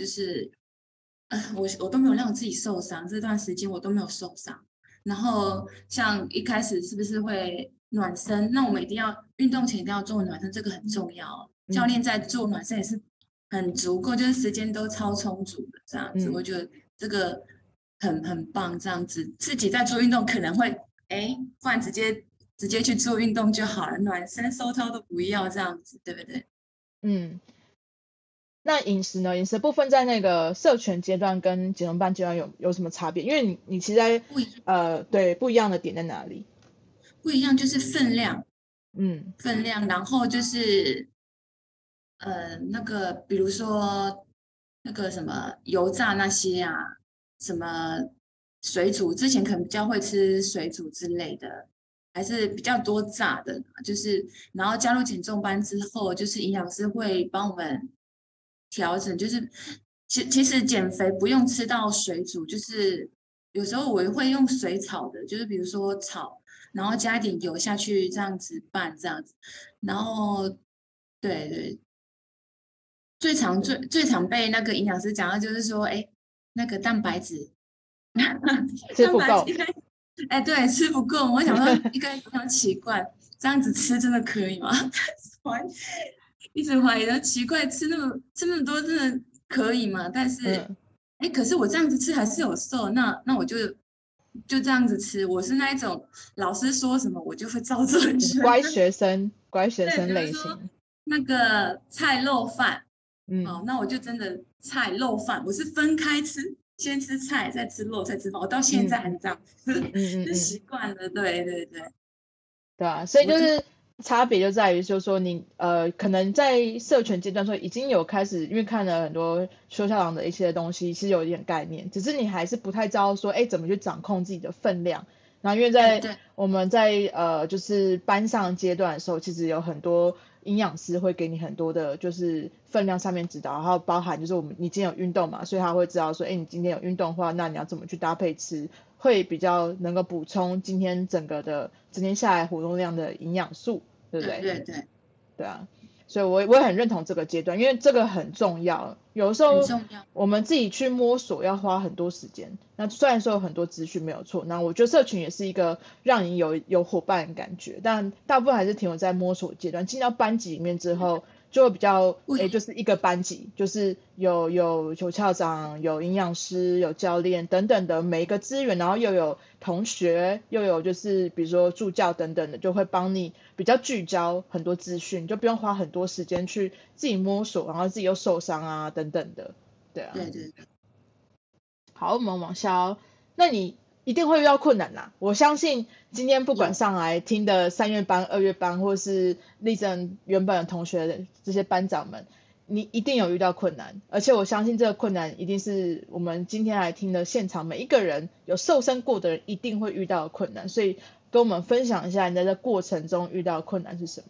呃，我我都没有让自己受伤，这段时间我都没有受伤。然后像一开始是不是会暖身？那我们一定要运动前一定要做暖身，这个很重要。教练在做暖身也是很足够，就是时间都超充足的这样子，嗯、我觉得这个很很棒。这样子自己在做运动可能会，哎，不然直接直接去做运动就好了，暖身收操都不要这样子，对不对？ 嗯。那饮食呢？饮食部分在那个社群阶段跟减重班阶段有有什么差别？因为你你其实在呃对不一样的点在哪里？ 不一样就是分量， 嗯， 分量，然后就是呃那个比如说那个什么油炸那些啊，什么水煮，之前可能比较会吃水煮之类的，还是比较多炸的，就是然后加入减重班之后，就是营养师会帮我们调整，就是其其实减肥不用吃到水煮，就是有时候我会用水炒的，就是比如说炒，然后加一点油下去这样子拌这样子，然后对对，最常最最常被那个营养师讲的就是说，哎，那个蛋白质吃不够， 哎，对，吃不够。我想说一开始非常奇怪，这样子吃真的可以吗？一直怀疑的奇怪，吃那么吃那么多真的可以吗？但是，哎、嗯，可是我这样子吃还是有瘦，那那我就就这样子吃。我是那一种老师说什么我就会照做的乖学生，乖学生类型。 那个菜肉饭，嗯，好，那我就真的菜肉饭，我是分开吃，先吃菜，再吃肉，再吃饭。我到现在还是这样，嗯嗯嗯，习惯了，对对对， 对啊，所以就是。差别就在于，就是说你呃，可能在社群阶段说已经有开始，因为看了很多邱校长的一些东西，其实有一点概念，只是你还是不太知道说，哎，怎么去掌控自己的分量。然后因为在我们在呃就是班上阶段的时候，其实有很多营养师会给你很多的就是分量上面指导，然后包含就是我们你今天有运动嘛，所以他会知道说，哎，你今天有运动的话，那你要怎么去搭配吃。会比较能够补充今天整个的整天下来活动量的营养素，对不对？ 对对对， 对啊，所以我我也很认同这个阶段，因为这个很重要。有时候我们自己去摸索要花很多时间。那虽然说有很多资讯没有错，那我觉得社群也是一个让你有有伙伴的感觉，但大部分还是停留在摸索阶段。进到班级里面之后。就会比较诶，就是一个班级，就是有有有校长、有营养师、有教练等等的每一个资源，然后又有同学，又有就是比如说助教等等的，就会帮你比较聚焦很多资讯，就不用花很多时间去自己摸索，然后自己又受伤啊等等的，对啊。 对对对。 好，我们往下哦。那你一定会遇到困难啦，我相信今天不管上来听的三月班、二月班，或是立正原本的同学的这些班长们，你一定有遇到困难，而且我相信这个困难一定是我们今天来听的现场每一个人有瘦身过的人一定会遇到的困难，所以跟我们分享一下你在这过程中遇到的困难是什么？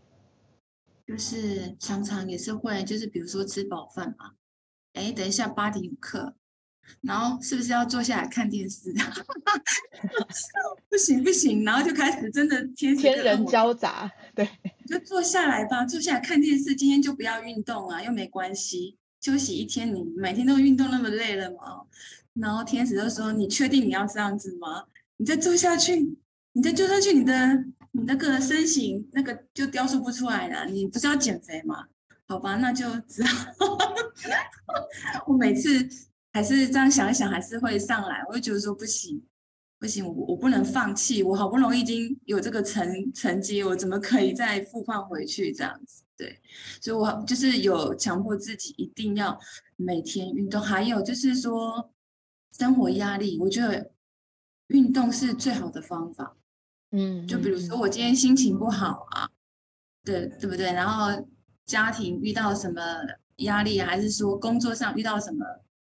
就是常常也是会，就是比如说吃饱饭嘛，哎，等一下八点有课。然后是不是要坐下来看电视？不行不行，然后就开始真的天天人交杂，对， 就坐下来吧，坐下来看电视。今天就不要运动啊，又没关系，休息一天。你每天都运动那么累了嘛？然后天使就说：“你确定你要这样子吗？你再坐下去，你再坐下去，你的你那个身形那个就雕塑不出来了。你不是要减肥吗？好吧，那就只好我每次。”还是这样想一想，还是会上来。我就觉得说不行，不行，我我不能放弃。我好不容易已经有这个成成绩，我怎么可以再复胖回去这样子？对，所以我就是有强迫自己一定要每天运动。还有就是说，生活压力，我觉得运动是最好的方法。嗯，就比如说我今天心情不好啊，对对不对？然后家庭遇到什么压力，还是说工作上遇到什么？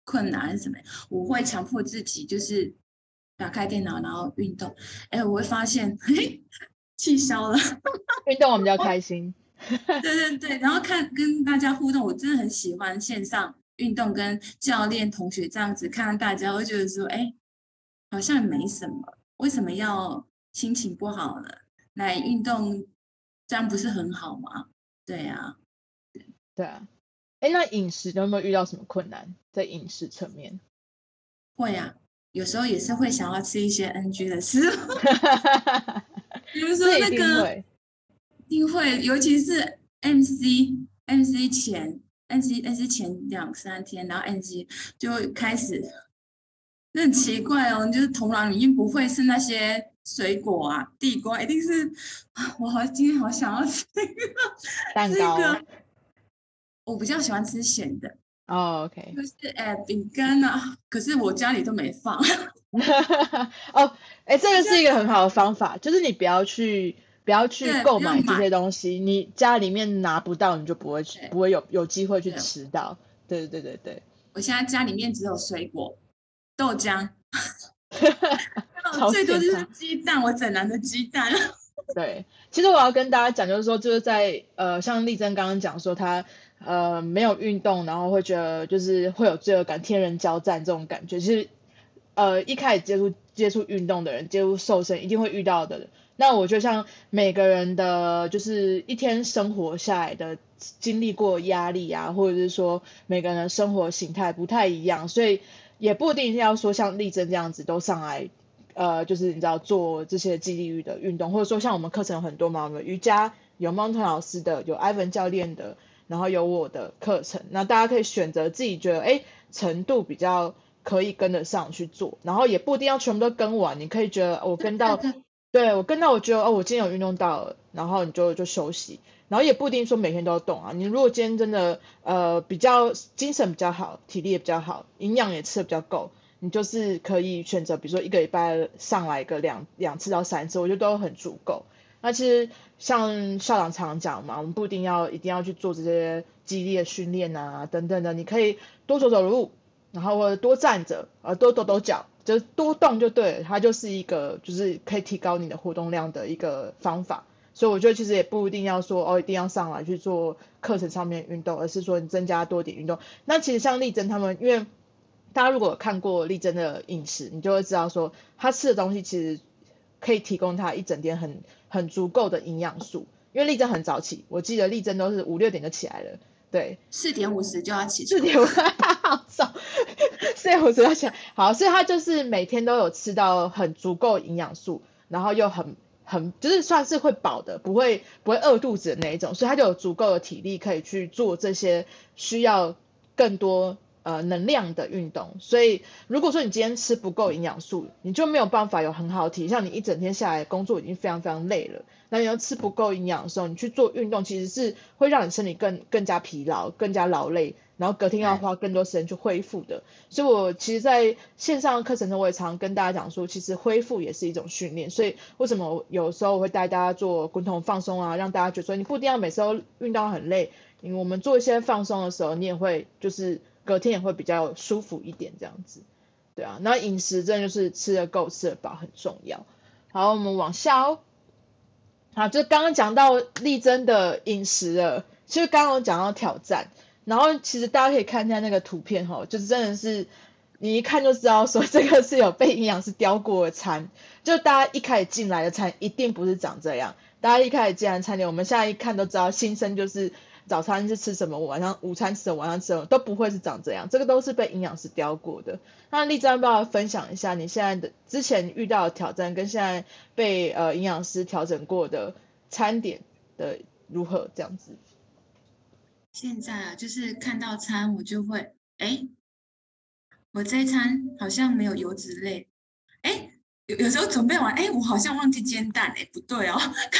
困难还是什么，我会强迫自己就是打开电脑然后运动，哎，我会发现嘿气消了， 运动我们比较开心。 对对对，然后看跟大家互动，我真的很喜欢线上运动，跟教练、同学这样子看看大家，会觉得说，哎，好像没什么，为什么要心情不好呢？来运动，这样不是很好吗？对啊， 对啊。哎，那饮食有没有遇到什么困难在饮食层面？ 会啊，有时候也是会想要吃一些 N G 的食物，比如说这一那个。 定会。 一定会，尤其是 M C M C 前 M C M C 前两三天，然后 M C 就会开始，那很奇怪哦，就是头脑里面不会是那些水果啊，地瓜，一定是啊，我好今天好想要吃这个蛋糕。 这个，我比较喜欢吃咸的。 哦 ，OK。 就是哎，饼干啊，可是我家里都没放。 哦，哎，这个是一个很好的方法，就是你不要去不要去对，不要购买这些买。 东西，你家里面拿不到，你就不会去对不会有有机会去对吃到。对对对对我现在家里面只有水果、豆浆， 对，超最多就是健康。 鸡蛋，我整篮的鸡蛋。 对，其实我要跟大家讲，就是说，就是在呃，像丽珍刚刚讲说，她呃没有运动，然后会觉得就是会有罪恶感、天人交战这种感觉。其实呃一开始接触接触运动的人，接触瘦身一定会遇到的。那我觉得像每个人的就是一天生活下来的经历过压力啊，或者是说每个人的生活形态不太一样，所以也不一定要说像丽珍这样子都上来。呃，就是你知道做这些肌力的运动，或者说像我们课程有很多嘛，我们瑜伽有 Mountain 老师的，有 Ivan 教练的，然后有我的课程，那大家可以选择自己觉得哎程度比较可以跟得上去做，然后也不一定要全部都跟完，你可以觉得我跟到， 对对对我跟到我觉得哦我今天有运动到了，然后你就就休息，然后也不一定说每天都要动啊，你如果今天真的呃比较精神比较好，体力也比较好，营养也吃的比较够。你就是可以选择，比如说一个礼拜上来个两两次到三次，我觉得都很足够。那其实像校长常讲嘛，我们不一定要一定要去做这些激烈的训练啊等等的，你可以多走走路，然后或者多站着，呃多抖抖脚，就是多动就对了，它就是一个就是可以提高你的活动量的一个方法。所以我觉得其实也不一定要说哦一定要上来去做课程上面运动，而是说你增加多点运动。那其实像丽珍他们，因为大家如果有看过丽珍的饮食，你就会知道说她吃的东西其实可以提供她一整天很很足够的营养素。因为丽珍很早起，我记得丽珍都是五六点就起来了，对， 四点五十就要起床。 四点五好早，四点五十要起来，好，所以她就是每天都有吃到很足够营养素，然后又很很就是算是会饱的，不会不会饿肚子的那一种，所以她就有足够的体力可以去做这些需要更多。呃，能量的运动，所以如果说你今天吃不够营养素，你就没有办法有很好的体力。像你一整天下来工作已经非常非常累了，那你又吃不够营养的时候，你去做运动，其实是会让你身体更更加疲劳、更加劳累，然后隔天要花更多时间去恢复的。所以我其实在线上课程中，我也常跟大家讲说，其实恢复也是一种训练。所以为什么有时候我会带大家做滚筒放松啊，让大家觉得说你不一定要每次都运动很累，因为我们做一些放松的时候，你也会就是隔天也会比较舒服一点这样子。对啊，那饮食真的就是吃得够吃得饱很重要。好，我们往下哦。好，就刚刚讲到丽珍的饮食了，其实刚刚有讲到挑战，然后其实大家可以看一下那个图片哈，就是真的是你一看就知道说这个是有被营养师雕过的餐，就大家一开始进来的餐一定不是长这样，大家一开始进来的餐点，我们现在一看都知道新生就是早餐是吃什么，晚上午餐吃什么，晚上吃什么，都不会是长这样，这个都是被营养师雕过的。那丽珍要不要分享一下你现在的之前遇到的挑战，跟现在被呃营养师调整过的餐点的如何这样子？ 现在啊，就是看到餐我就会，哎，我这一餐好像没有油脂类，哎，有有时候准备完，哎，我好像忘记煎蛋，哎，不对哦。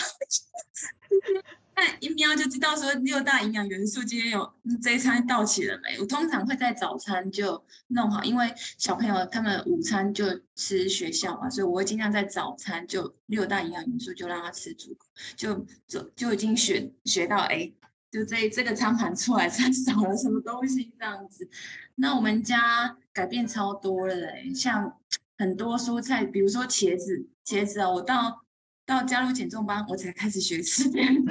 那一瞄就知道说六大营养元素今天有这一餐到齐了没？我通常会在早餐就弄好，因为小朋友他们午餐就吃学校嘛，所以我会尽量在早餐就六大营养元素就让他吃足够，就就就已经学学到哎， 就这这个餐盘出来才少了什么东西这样子。那我们家改变超多了嘞，像很多蔬菜，比如说茄子，茄子啊，我到到加入减重班我才开始学吃。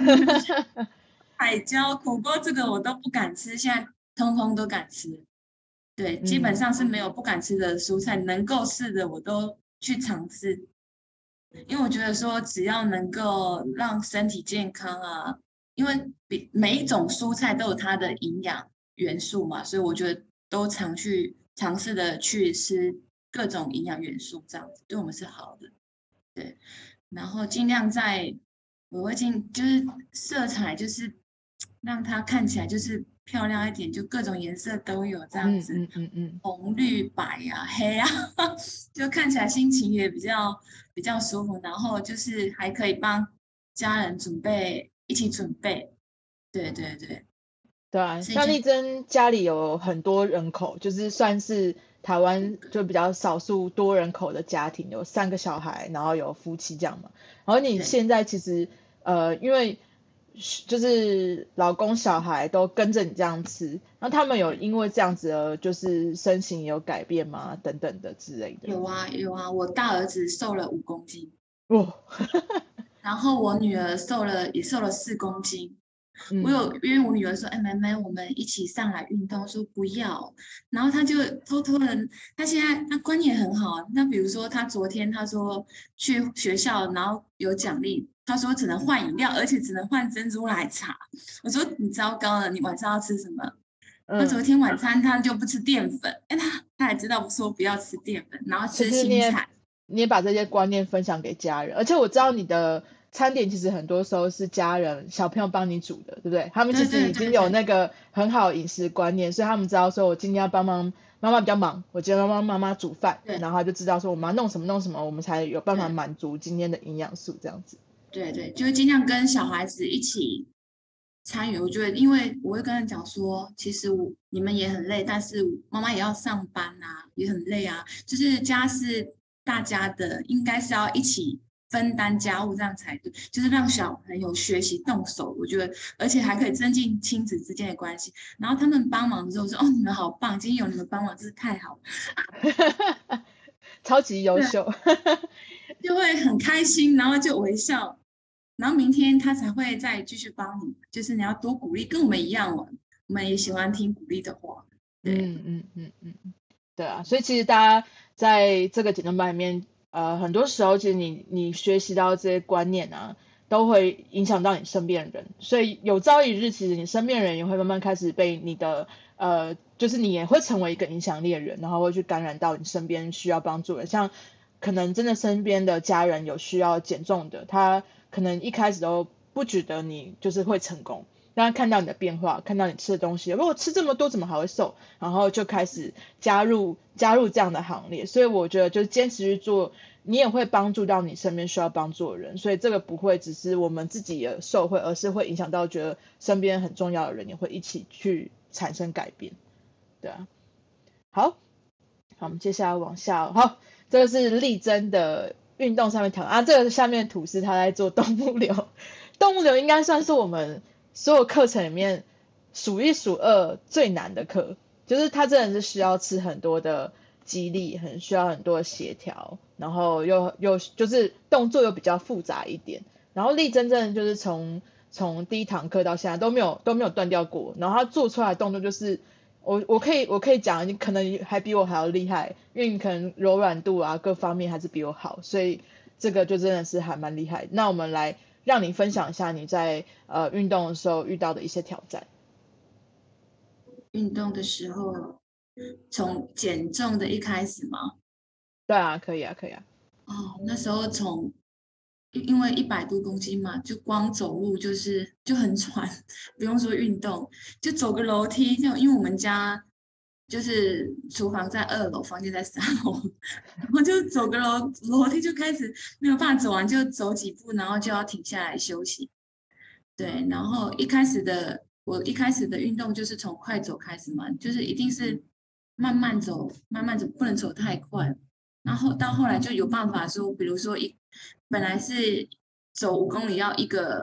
海椒、苦瓜这个我都不敢吃，现在通通都敢吃。对，基本上是没有不敢吃的蔬菜，能够试的我都去尝试。因为我觉得说，只要能够让身体健康啊，因为比每一种蔬菜都有它的营养元素嘛，所以我觉得都常去尝试的去吃各种营养元素，这样子对我们是好的。对，然后尽量在，我会尽就是色彩就是让它看起来就是漂亮一点，就各种颜色都有这样子， 嗯嗯嗯嗯， 红绿白啊黑啊，就看起来心情也比较比较舒服，然后就是还可以帮家人准备一起准备，对对对。 对啊， 所以就像丽珍家里有很多人口，就是算是台湾就比较少数多人口的家庭，有三个小孩，然后有夫妻这样嘛。然后你对现在其实呃，因为就是老公小孩都跟着你这样吃，那他们有因为这样子而就是身形有改变吗？等等的之类的。 有啊有啊，我大儿子瘦了五公斤， 哦， 然后我女儿瘦了也瘦了四公斤。我嗯， 有，因为我女儿说：“哎，妹妹，我们一起上来运动。”说不要，然后她就偷偷的，她现在她观念很好。那比如说，她昨天她说去学校，然后有奖励，她说只能换饮料，而且只能换珍珠奶茶。我说你糟糕了，你晚上要吃什么？那昨嗯， 天晚餐她就不吃淀粉，哎，她她还知道说不要吃淀粉，然后其吃实你也青菜。 你也把这些观念分享给家人，而且我知道你的餐点其实很多时候是家人小朋友帮你煮的，对不对？他们其对对实已经对对有那个很好的饮食观念，所以他们知道说我今天要帮忙妈妈比较忙，我今天要帮妈妈煮饭， 对然后他就知道说我们要弄什么弄什么，我们才有办法对满足今天的营养素这样子。 对对，就是尽量跟小孩子一起参与。我觉得，因为我会跟他讲说，其实我你们也很累，但是妈妈也要上班啊，也很累啊。就是家是大家的，应该是要一起分担家务，这样才对。就是让小朋友学习动手，我觉得，而且还可以增进亲子之间的关系。然后他们帮忙之后说：“哦，你们好棒，今天有你们帮忙，真是太好了。” 超级优对， 秀。 就会很开心，然后就微笑。然后明天他才会再继续帮你，就是你要多鼓励，跟我们一样哦，我们也喜欢听鼓励的话。对， 嗯嗯嗯嗯，对啊，所以其实大家在这个减重班里面，呃，很多时候其实你你学习到这些观念啊，都会影响到你身边的人，所以有朝一日，其实你身边的人也会慢慢开始被你的呃，就是你也会成为一个影响力的人，然后会去感染到你身边需要帮助的人，像可能真的身边的家人有需要减重的，他可能一开始都不觉得你就是会成功。让他看到你的变化，看到你吃的东西，如果吃这么多怎么还会瘦？然后就开始加入加入这样的行列。所以我觉得就是坚持去做，你也会帮助到你身边需要帮助的人。所以这个不会只是我们自己也受惠，而是会影响到觉得身边很重要的人，也会一起去产生改变。对啊，好，好，我们接下来往下、哦，好，这个是丽珍的运动上面挑战啊，这个下面的图是他在做动物流，动物流应该算是我们所有课程里面数一数二最难的课，就是它真的是需要吃很多的肌力，很需要很多的协调，然后又又就是动作又比较复杂一点。然后丽珍真的就是从从第一堂课到现在都没有都没有断掉过，然后他做出来的动作就是我我可以我可以讲，你可能还比我还要厉害，因为你可能柔软度啊各方面还是比我好，所以这个就真的是还蛮厉害。那我们来让你分享一下你在呃运动的时候遇到的一些挑战。 运动的时候，从减重的一开始吗？ 对啊，可以啊，可以啊。 哦，那时候从因为一百多公斤嘛，就光走路就是就很喘，不用说运动，就走个楼梯，就因为我们家就是厨房在二楼，房间在三楼，然后就走个楼楼梯就开始没有办法走完，就走几步，然后就要停下来休息。对，然后一开始的我一开始的运动就是从快走开始嘛，就是一定是慢慢走，慢慢走，不能走太快。然后到后来就有办法说，比如说一本来是走五公里要一个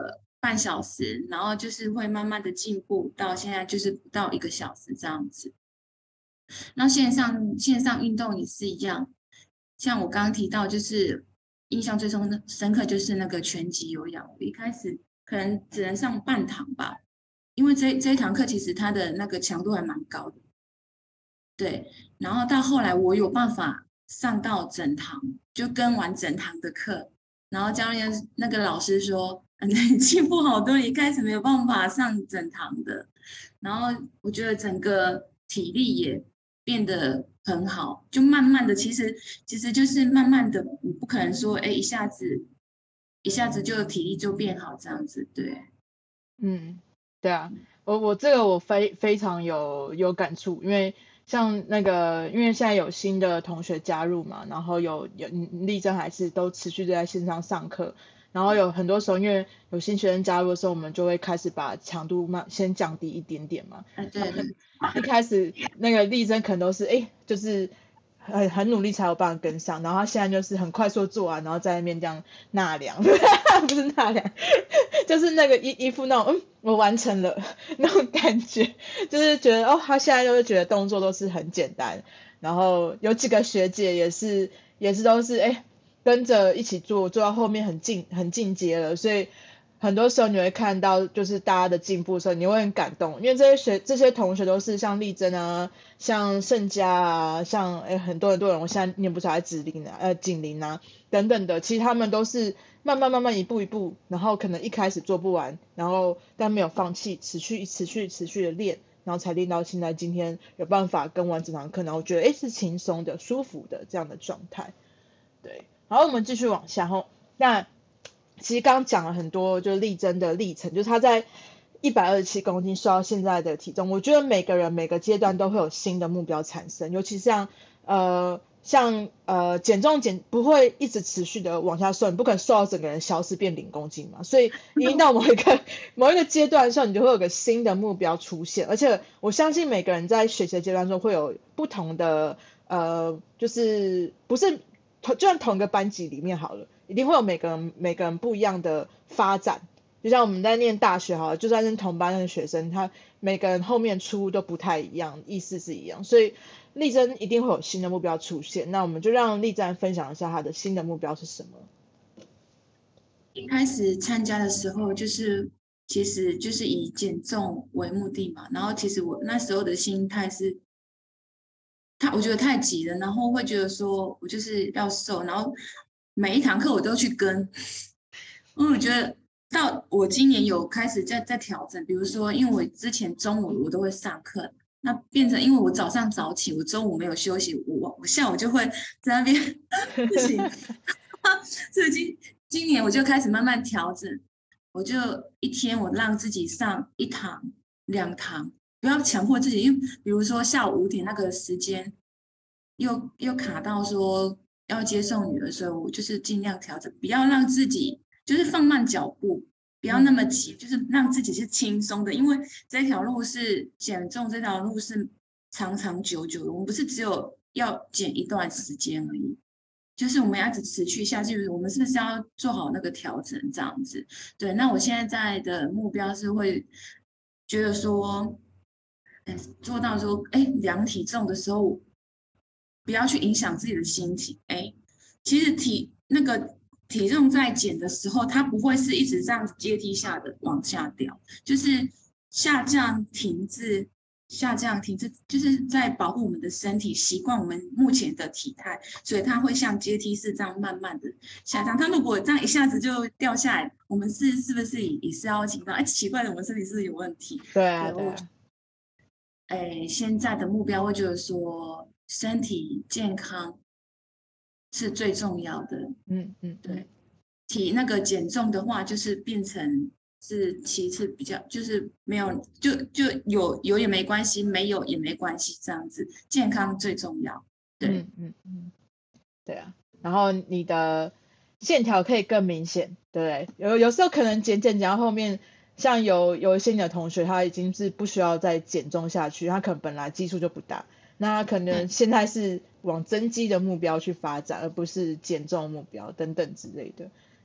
半小时，然后就是会慢慢的进步到现在就是不到一个小时这样子。那线上线上运动也是一样，像我刚刚提到，就是印象最深深刻就是那个拳击有氧，我一开始可能只能上半堂吧，因为这这一堂课其实它的那个强度还蛮高的，对，然后到后来我有办法上到整堂，就跟完整堂的课，然后教练那个老师说，嗯，你进步好多，一开始没有办法上整堂的，然后我觉得整个体力也变得很好，就慢慢的，其实其实就是慢慢的，你不可能说，哎，一下子一下子就体力就变好这样子，对， 嗯，对啊，我我这个我非非常有有感触，因为像那个，因为现在有新的同学加入嘛，然后有有丽珍还是都持续在线上上课，然后有很多时候因为有新学生加入的时候，我们就会开始把强度慢先降低一点点嘛。 啊对对， 一开始那个丽珍可能都是哎，就是很很努力才有办法跟上，然后他现在就是很快速做完，然后在那边这样纳凉，不是纳凉，就是那个一一副那种嗯我完成了那种感觉，就是觉得哦他现在就是觉得动作都是很简单，然后有几个学姐也是也是都是哎跟着一起做，做到后面很进很进阶了，所以很多时候你会看到就是大家的进步的时候，你会很感动，因为这些学这些同学都是像丽珍啊，像盛佳啊，像诶很多很多人，我现在念不出来子琳啊，呃景琳啊等等的，其实他们都是慢慢慢慢一步一步，然后可能一开始做不完，然后但没有放弃，持续持续持续的练，然后才练到现在今天有办法跟完整堂课，然后觉得诶是轻松的、舒服的这样的状态。对，好，我们继续往下吼，那。其实刚刚讲了很多，就是丽珍的历程，就是她在一百二十七公斤瘦到现在的体重。我觉得每个人每个阶段都会有新的目标产生，尤其像呃像呃减重减不会一直持续的往下瘦，你不可能瘦到整个人消失变零公斤嘛。所以已经到某一个某一个阶段的时候，你就会有个新的目标出现。而且我相信每个人在学习的阶段中会有不同的呃，就是不是同就算同一个班级里面好了。一定会有每个人每个人不一样的发展，就像我们在念大学好了，就算是同班的学生，他每个人后面出都不太一样，意思是一样，所以丽珍一定会有新的目标出现。那我们就让丽珍分享一下她的新的目标是什么。 一开始参加的时候，就是其实就是以减重为目的嘛，然后其实我那时候的心态是。他我觉得太急了，然后会觉得说我就是要瘦，然后每一堂课我都去跟，因为我觉得到我今年有开始在在调整，比如说因为我之前中午我都会上课，那变成因为我早上早起，我中午没有休息，我我下午就会在那边不行，所以今今年我就开始慢慢调整，我就一天我让自己上一堂两堂。不要强迫自己，因为比如说下午五点那个时间，又又卡到说要接送女儿，所以我就是尽量调整，不要让自己就是放慢脚步，不要那么急，就是让自己是轻松的，因为这条路是减重，这条路是长长久久的，我们不是只有要减一段时间而已，就是我们要一直持续下去，我们是不是要做好那个调整这样子？对，那我现在在的目标是会觉得说。做到说，哎，量体重的时候，不要去影响自己的心情。哎，其实体那个体重在减的时候，它不会是一直这样子阶梯下的往下掉，就是下降停滞，下降停滞，就是在保护我们的身体，习惯我们目前的体态，所以它会像阶梯式这样慢慢的下降。它如果这样一下子就掉下来，我们是是不是也是要紧张？哎，奇怪的，我们身体是不是有问题？ 对啊，对啊。 哎，现在的目标会觉得说身体健康是最重要的， 嗯嗯， 对，体那个减重的话，就是变成是其次比较，就是没有就就有有也没关系，没有也没关系，这样子健康最重要，对， 嗯嗯嗯，对啊，然后你的线条可以更明显，对不对？有有时候可能减减减到后面。像有有一些你的同学，他已经是不需要再减重下去，他可能本来基数就不大，那他可能现在是往增肌的目标去发展，而不是减重目标等等之类的。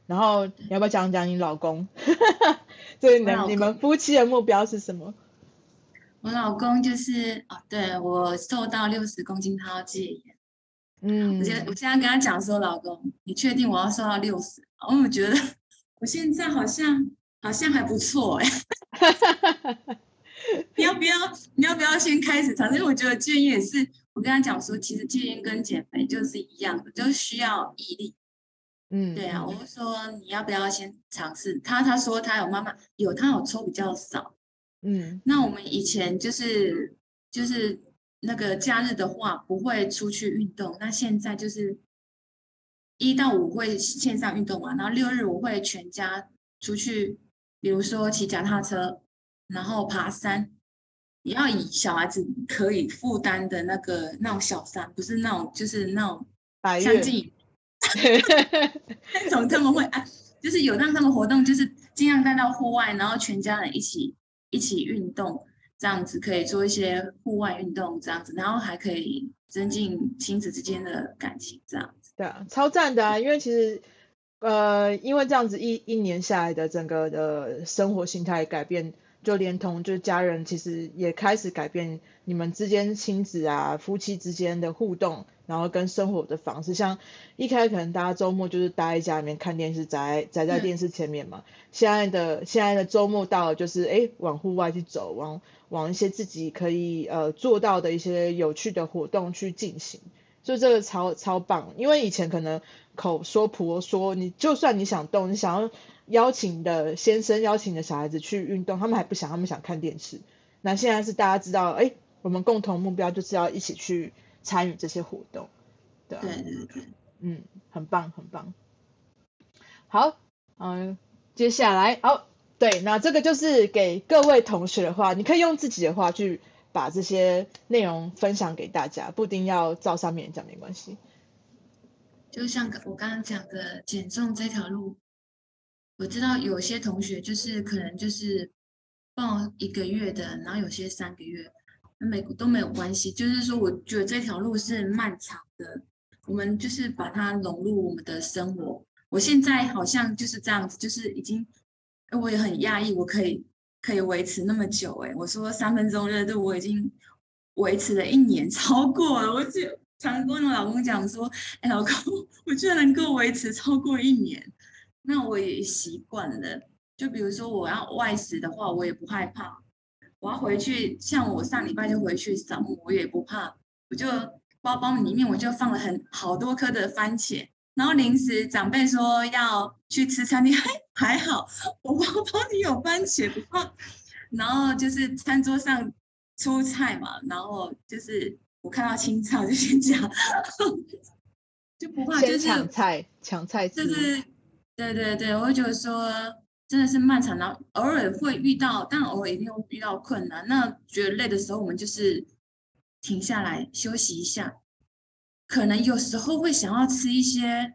然后你要不要讲讲你老公？对，你你们夫妻的目标是什么？ 我老公就是哦，对我瘦到六十公斤，他要戒烟。 嗯， 我现在我现在跟他讲说，老公，你确定我要瘦到六十？哦，我觉得我现在好像好像还不错哎、欸。你要不要你要不要先开始尝试？因为我觉得戒烟也是，我跟他讲说，其实戒烟跟减肥就是一样的，就是需要毅力。 嗯， 对啊，我就说你要不要先尝试？他他说他有慢慢有，他有抽比较少。 嗯， 那我们以前就是就是那个假日的话不会出去运动，那现在就是一到五会线上运动嘛，然后六日我会全家出去，比如说骑脚踏车，然后爬山，也要以小孩子可以负担的那个那种小山，不是那种就是那种相近那种他们会啊，就是有让他们活动，就是尽量带到户外，然后全家人一起一起运动，这样子可以做一些户外运动，这样子，然后还可以增进亲子之间的感情，这样子。 对啊，超赞的啊！因为其实呃，因为这样子一一年下来的整个的生活形态改变，就连同就是家人其实也开始改变你们之间亲子啊、夫妻之间的互动，然后跟生活的方式。像一开始可能大家周末就是待在家里面看电视，宅宅在电视前面嘛。嗯、现在的现在的周末到了，就是哎往户外去走，往往一些自己可以呃做到的一些有趣的活动去进行。所以这个超超棒，因为以前可能口说婆说，你就算你想动，你想要邀请你的先生、邀请你的小孩子去运动，他们还不想，他们想看电视。那现在是大家知道，哎，我们共同目标就是要一起去参与这些活动，对啊， 对对对， 嗯，很棒很棒。好，嗯，接下来，好，对，那这个就是给各位同学的话，你可以用自己的话去把这些内容分享给大家，不一定要照上面讲，没关系。 就像我刚刚讲的减重这条路，我知道有些同学就是可能就是报一个月的，然后有些三个月，每都没有关系。就是说，我觉得这条路是漫长的，我们就是把它融入我们的生活。我现在好像就是这样子，就是已经，我也很讶异，我可以可以维持那么久。哎，我说三分钟热度，我已经维持了一年，超过了。我就常跟我老公讲说，哎，老公，我居然能够维持超过一年，那我也习惯了。就比如说我要外食的话，我也不害怕。我要回去，像我上礼拜就回去扫墓，我也不怕。我就包包里面我就放了很好多颗的番茄，然后零食长辈说要去吃餐厅，还还好，我包包里有番茄不怕。然后就是餐桌上出菜嘛，然后就是我看到青菜就先讲，就不怕，就是抢菜抢菜吃， 就是对对对，我会觉得说真的是漫长，然后偶尔会遇到，但偶尔一定会遇到困难。那觉得累的时候，我们就是停下来休息一下。可能有时候会想要吃一些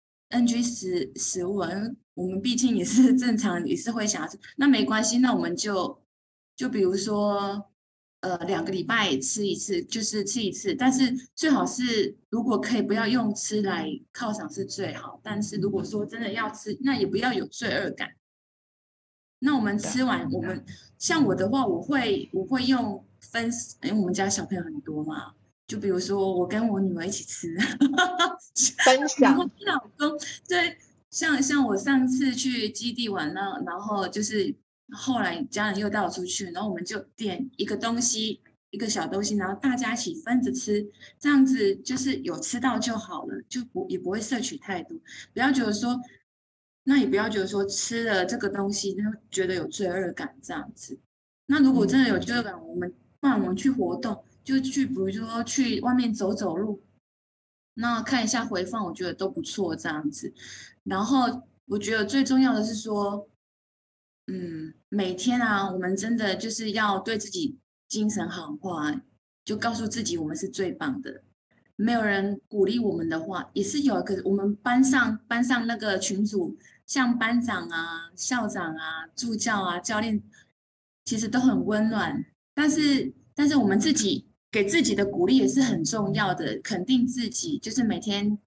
N G 食食物，我们毕竟也是正常，也是会想要吃。那没关系，那我们就就比如说，呃，两个礼拜吃一次，就是吃一次。但是最好是如果可以不要用吃来犒赏是最好。但是如果说真的要吃，那也不要有罪恶感。那我们吃完，我们像我的话，我会我会用分，因为我们家小朋友很多嘛，就比如说我跟我女儿一起吃， 分享。 然后老公对，像像我上次去基地玩呢，然后就是后来家人又带我出去，然后我们就点一个东西，一个小东西，然后大家一起分着吃，这样子就是有吃到就好了，就不也不会摄取太多，不要觉得说。那也不要觉得说吃了这个东西就觉得有罪恶感这样子。那如果真的有罪恶感，我们不然我们去活动，就去比如说去外面走走路，那看一下回放，我觉得都不错这样子。然后我觉得最重要的是说，嗯，每天啊，我们真的就是要对自己精神好话，就告诉自己我们是最棒的。没有人鼓励我们的话，也是有。可是我们班上班上那个群组。像班长啊、校长啊、助教啊、教练，其实都很温暖。但是，但是我们自己给自己的鼓励也是很重要的，肯定自己，就是每天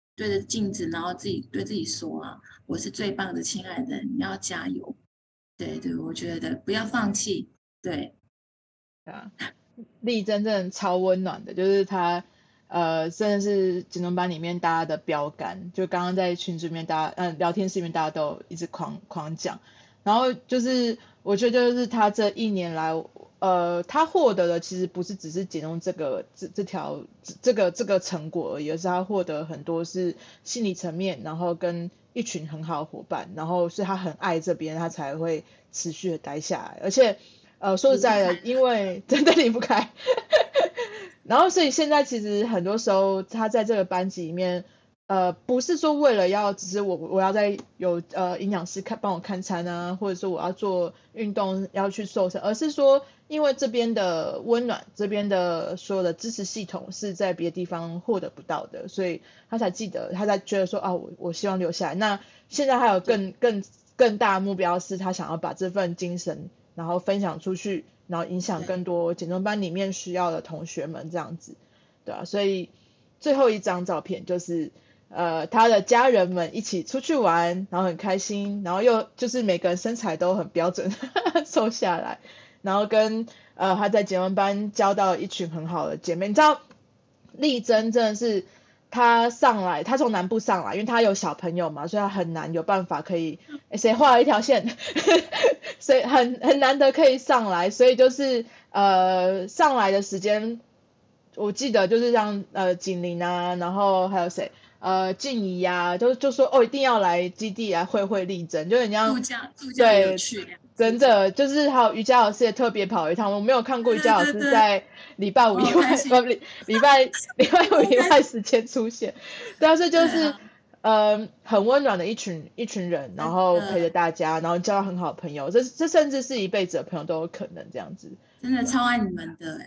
对着镜子，然后自己对自己说啊，我是最棒的，亲爱的，你要加油。对对，我觉得不要放弃。对， 啊，丽珍真的超温暖的，就是她，呃，真的是减重班里面大家的标杆。就刚刚在群组里面，大家，嗯、呃，聊天室里面大家都有一直狂狂讲。然后就是我觉得就是她这一年来，呃，她获得的其实不是只是减重这个这这条这个这个成果而已，而是她获得很多是心理层面，然后跟一群很好的伙伴，然后是她很爱这边，她才会持续的待下来，而且。呃，说实在的，因为真的离不开，然后所以现在其实很多时候他在这个班级里面，呃，不是说为了要只是我我要在有呃营养师看帮我看餐啊，或者说我要做运动要去瘦身，而是说因为这边的温暖，这边的所有的支持系统是在别的地方获得不到的，所以他才记得，他才觉得说啊，我我希望留下来。那现在还有更更更大的目标是他想要把这份精神。然后分享出去，然后影响更多减重班里面需要的同学们，这样子，对啊，所以最后一张照片就是呃他的家人们一起出去玩，然后很开心，然后又就是每个人身材都很标准瘦下来，然后跟呃他在减重班交到一群很好的姐妹。你知道丽珍真的是他上来，他从南部上来，因为他有小朋友嘛，所以他很难有办法可以，谁画了一条线，所以很很难得可以上来，所以就是呃上来的时间，我记得就是像呃景玲啊，然后还有谁呃静怡啊，就就说哦一定要来基地来会会丽珍，就很像助教助教也有去， 真的就是还有瑜伽老师也特别跑一趟，我没有看过瑜伽老师在礼拜五以外，不礼礼拜礼拜五以外时间出现，但是就是呃很温暖的一群一群人，然后陪着大家，然后交到很好的朋友，这这甚至是一辈子的朋友都有可能这样子。 真的超爱你们的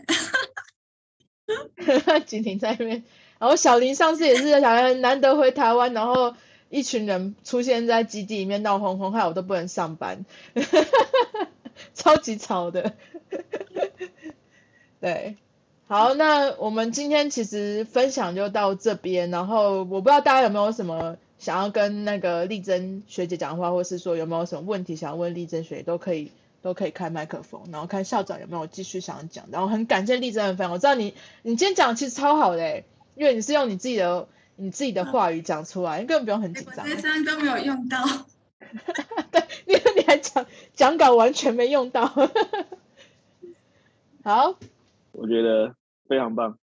哎，景婷在那边，然后小林上次也是想难得回台湾，然后一群人出现在基地里面闹哄哄，害我都不能上班，超级吵的。对，好，那我们今天其实分享就到这边，然后我不知道大家有没有什么想要跟那个丽珍学姐讲话，或是说有没有什么问题想要问丽珍学姐，都可以都可以开麦克风，然后看校长有没有继续想讲。然后很感谢丽珍的分享，我知道你你今天讲其实超好的诶，因为你是用你自己的你自己的话语讲出来，你根本不用很紧张。 我这张都没有用到。 对，因为你还讲讲稿完全没用到。好， 我觉得非常棒，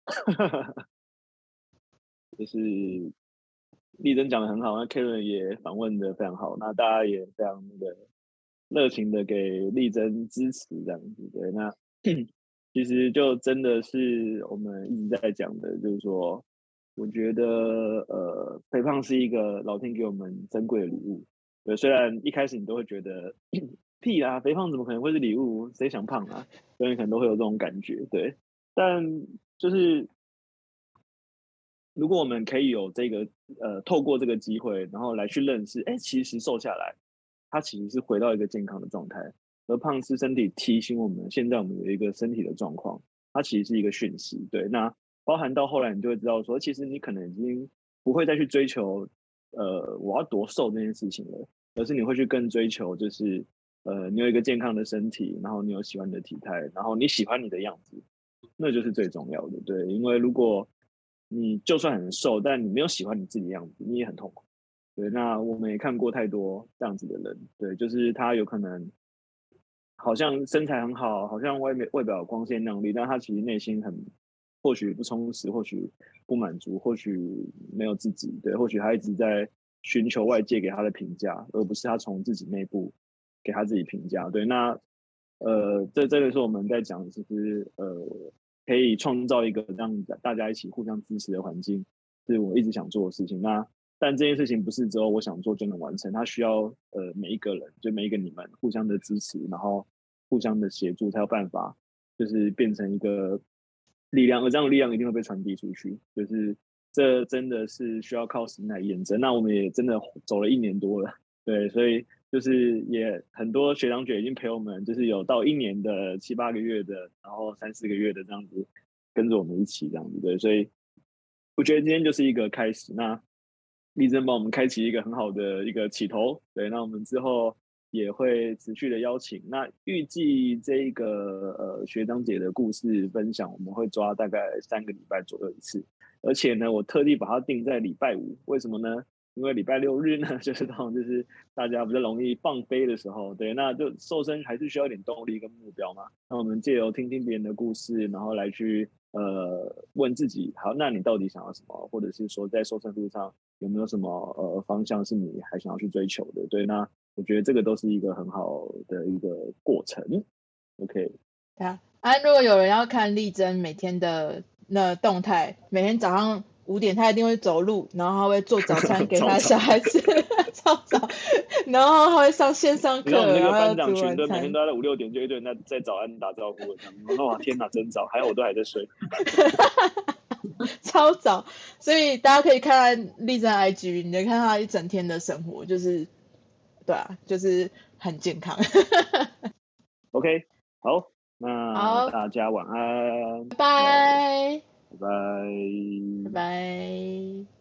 就是丽珍讲的很好，那 Karen 也访问的非常好，那大家也非常那个热情的给丽珍支持这样子。对，那其实就真的是我们一直在讲的，就是说，我觉得呃，肥胖是一个老天给我们珍贵的礼物。对，虽然一开始你都会觉得屁啦，肥胖怎么可能会是礼物？谁想胖啊？所以可能都会有这种感觉，对。但就是如果我们可以有这个呃，透过这个机会，然后来去认识，哎，其实瘦下来，它其实是回到一个健康的状态。而胖是身体提醒我们，现在我们有一个身体的状况，它其实是一个讯息。对，那包含到后来，你就会知道说，其实你可能已经不会再去追求呃我要多瘦这件事情了，而是你会去更追求就是呃你有一个健康的身体，然后你有喜欢你的体态，然后你喜欢你的样子，那就是最重要的。对，因为如果你就算很瘦，但你没有喜欢你自己的样子，你也很痛苦。对，那我们也看过太多这样子的人，对，就是他有可能好像身材很好，好像外面外表光鲜亮丽，但他其实内心很或许不充实，或许不满足，或许没有自己，对，或许他一直在寻求外界给他的评价，而不是他从自己内部给他自己评价。对，那呃，这真的是我们在讲，其实呃。可以创造一个让大家一起互相支持的环境，是我一直想做的事情。那但这件事情不是只有我想做就能完成，它需要呃每一个人，就每一个你们互相的支持，然后互相的协助，才有办法就是变成一个力量，而这样的力量一定会被传递出去。就是这真的是需要靠时间来验证。那我们也真的走了一年多了，对，所以。就是也很多学长姐已经陪我们，就是有到一年的七八个月的，然后三四个月的这样子跟着我们一起这样子，对，所以我觉得今天就是一个开始。那丽珍帮我们开启一个很好的一个起头。对，那我们之后也会持续的邀请。那预计这个呃学长姐的故事分享，我们会抓大概三个礼拜左右一次。而且呢，我特地把它定在礼拜五，为什么呢？因为礼拜六日呢，就是当然就是大家比较容易放飞的时候，对，那就瘦身还是需要一点动力跟目标嘛。那我们借由听听别人的故事，然后来去呃问自己，好，那你到底想要什么？或者是说在瘦身路上有没有什么呃方向是你还想要去追求的？对，那我觉得这个都是一个很好的一个过程。OK， 对啊，啊，如果有人要看丽珍每天的那动态，每天早上五点他一定会走路，然后他会做早餐给他小孩子，超早，然后他会上线上课， 你知道我们那个然后班长群的每天煮晚餐。 都在五六点就一堆人在在早安打招呼了，这样哇天哪，真早，还好我都还在睡。 超早，所以大家可以看丽珍 I G， 你就看他一整天的生活，就是对啊，就是很健康。 OK， 好，那好， 大家晚安， 拜拜， 拜拜， 拜拜。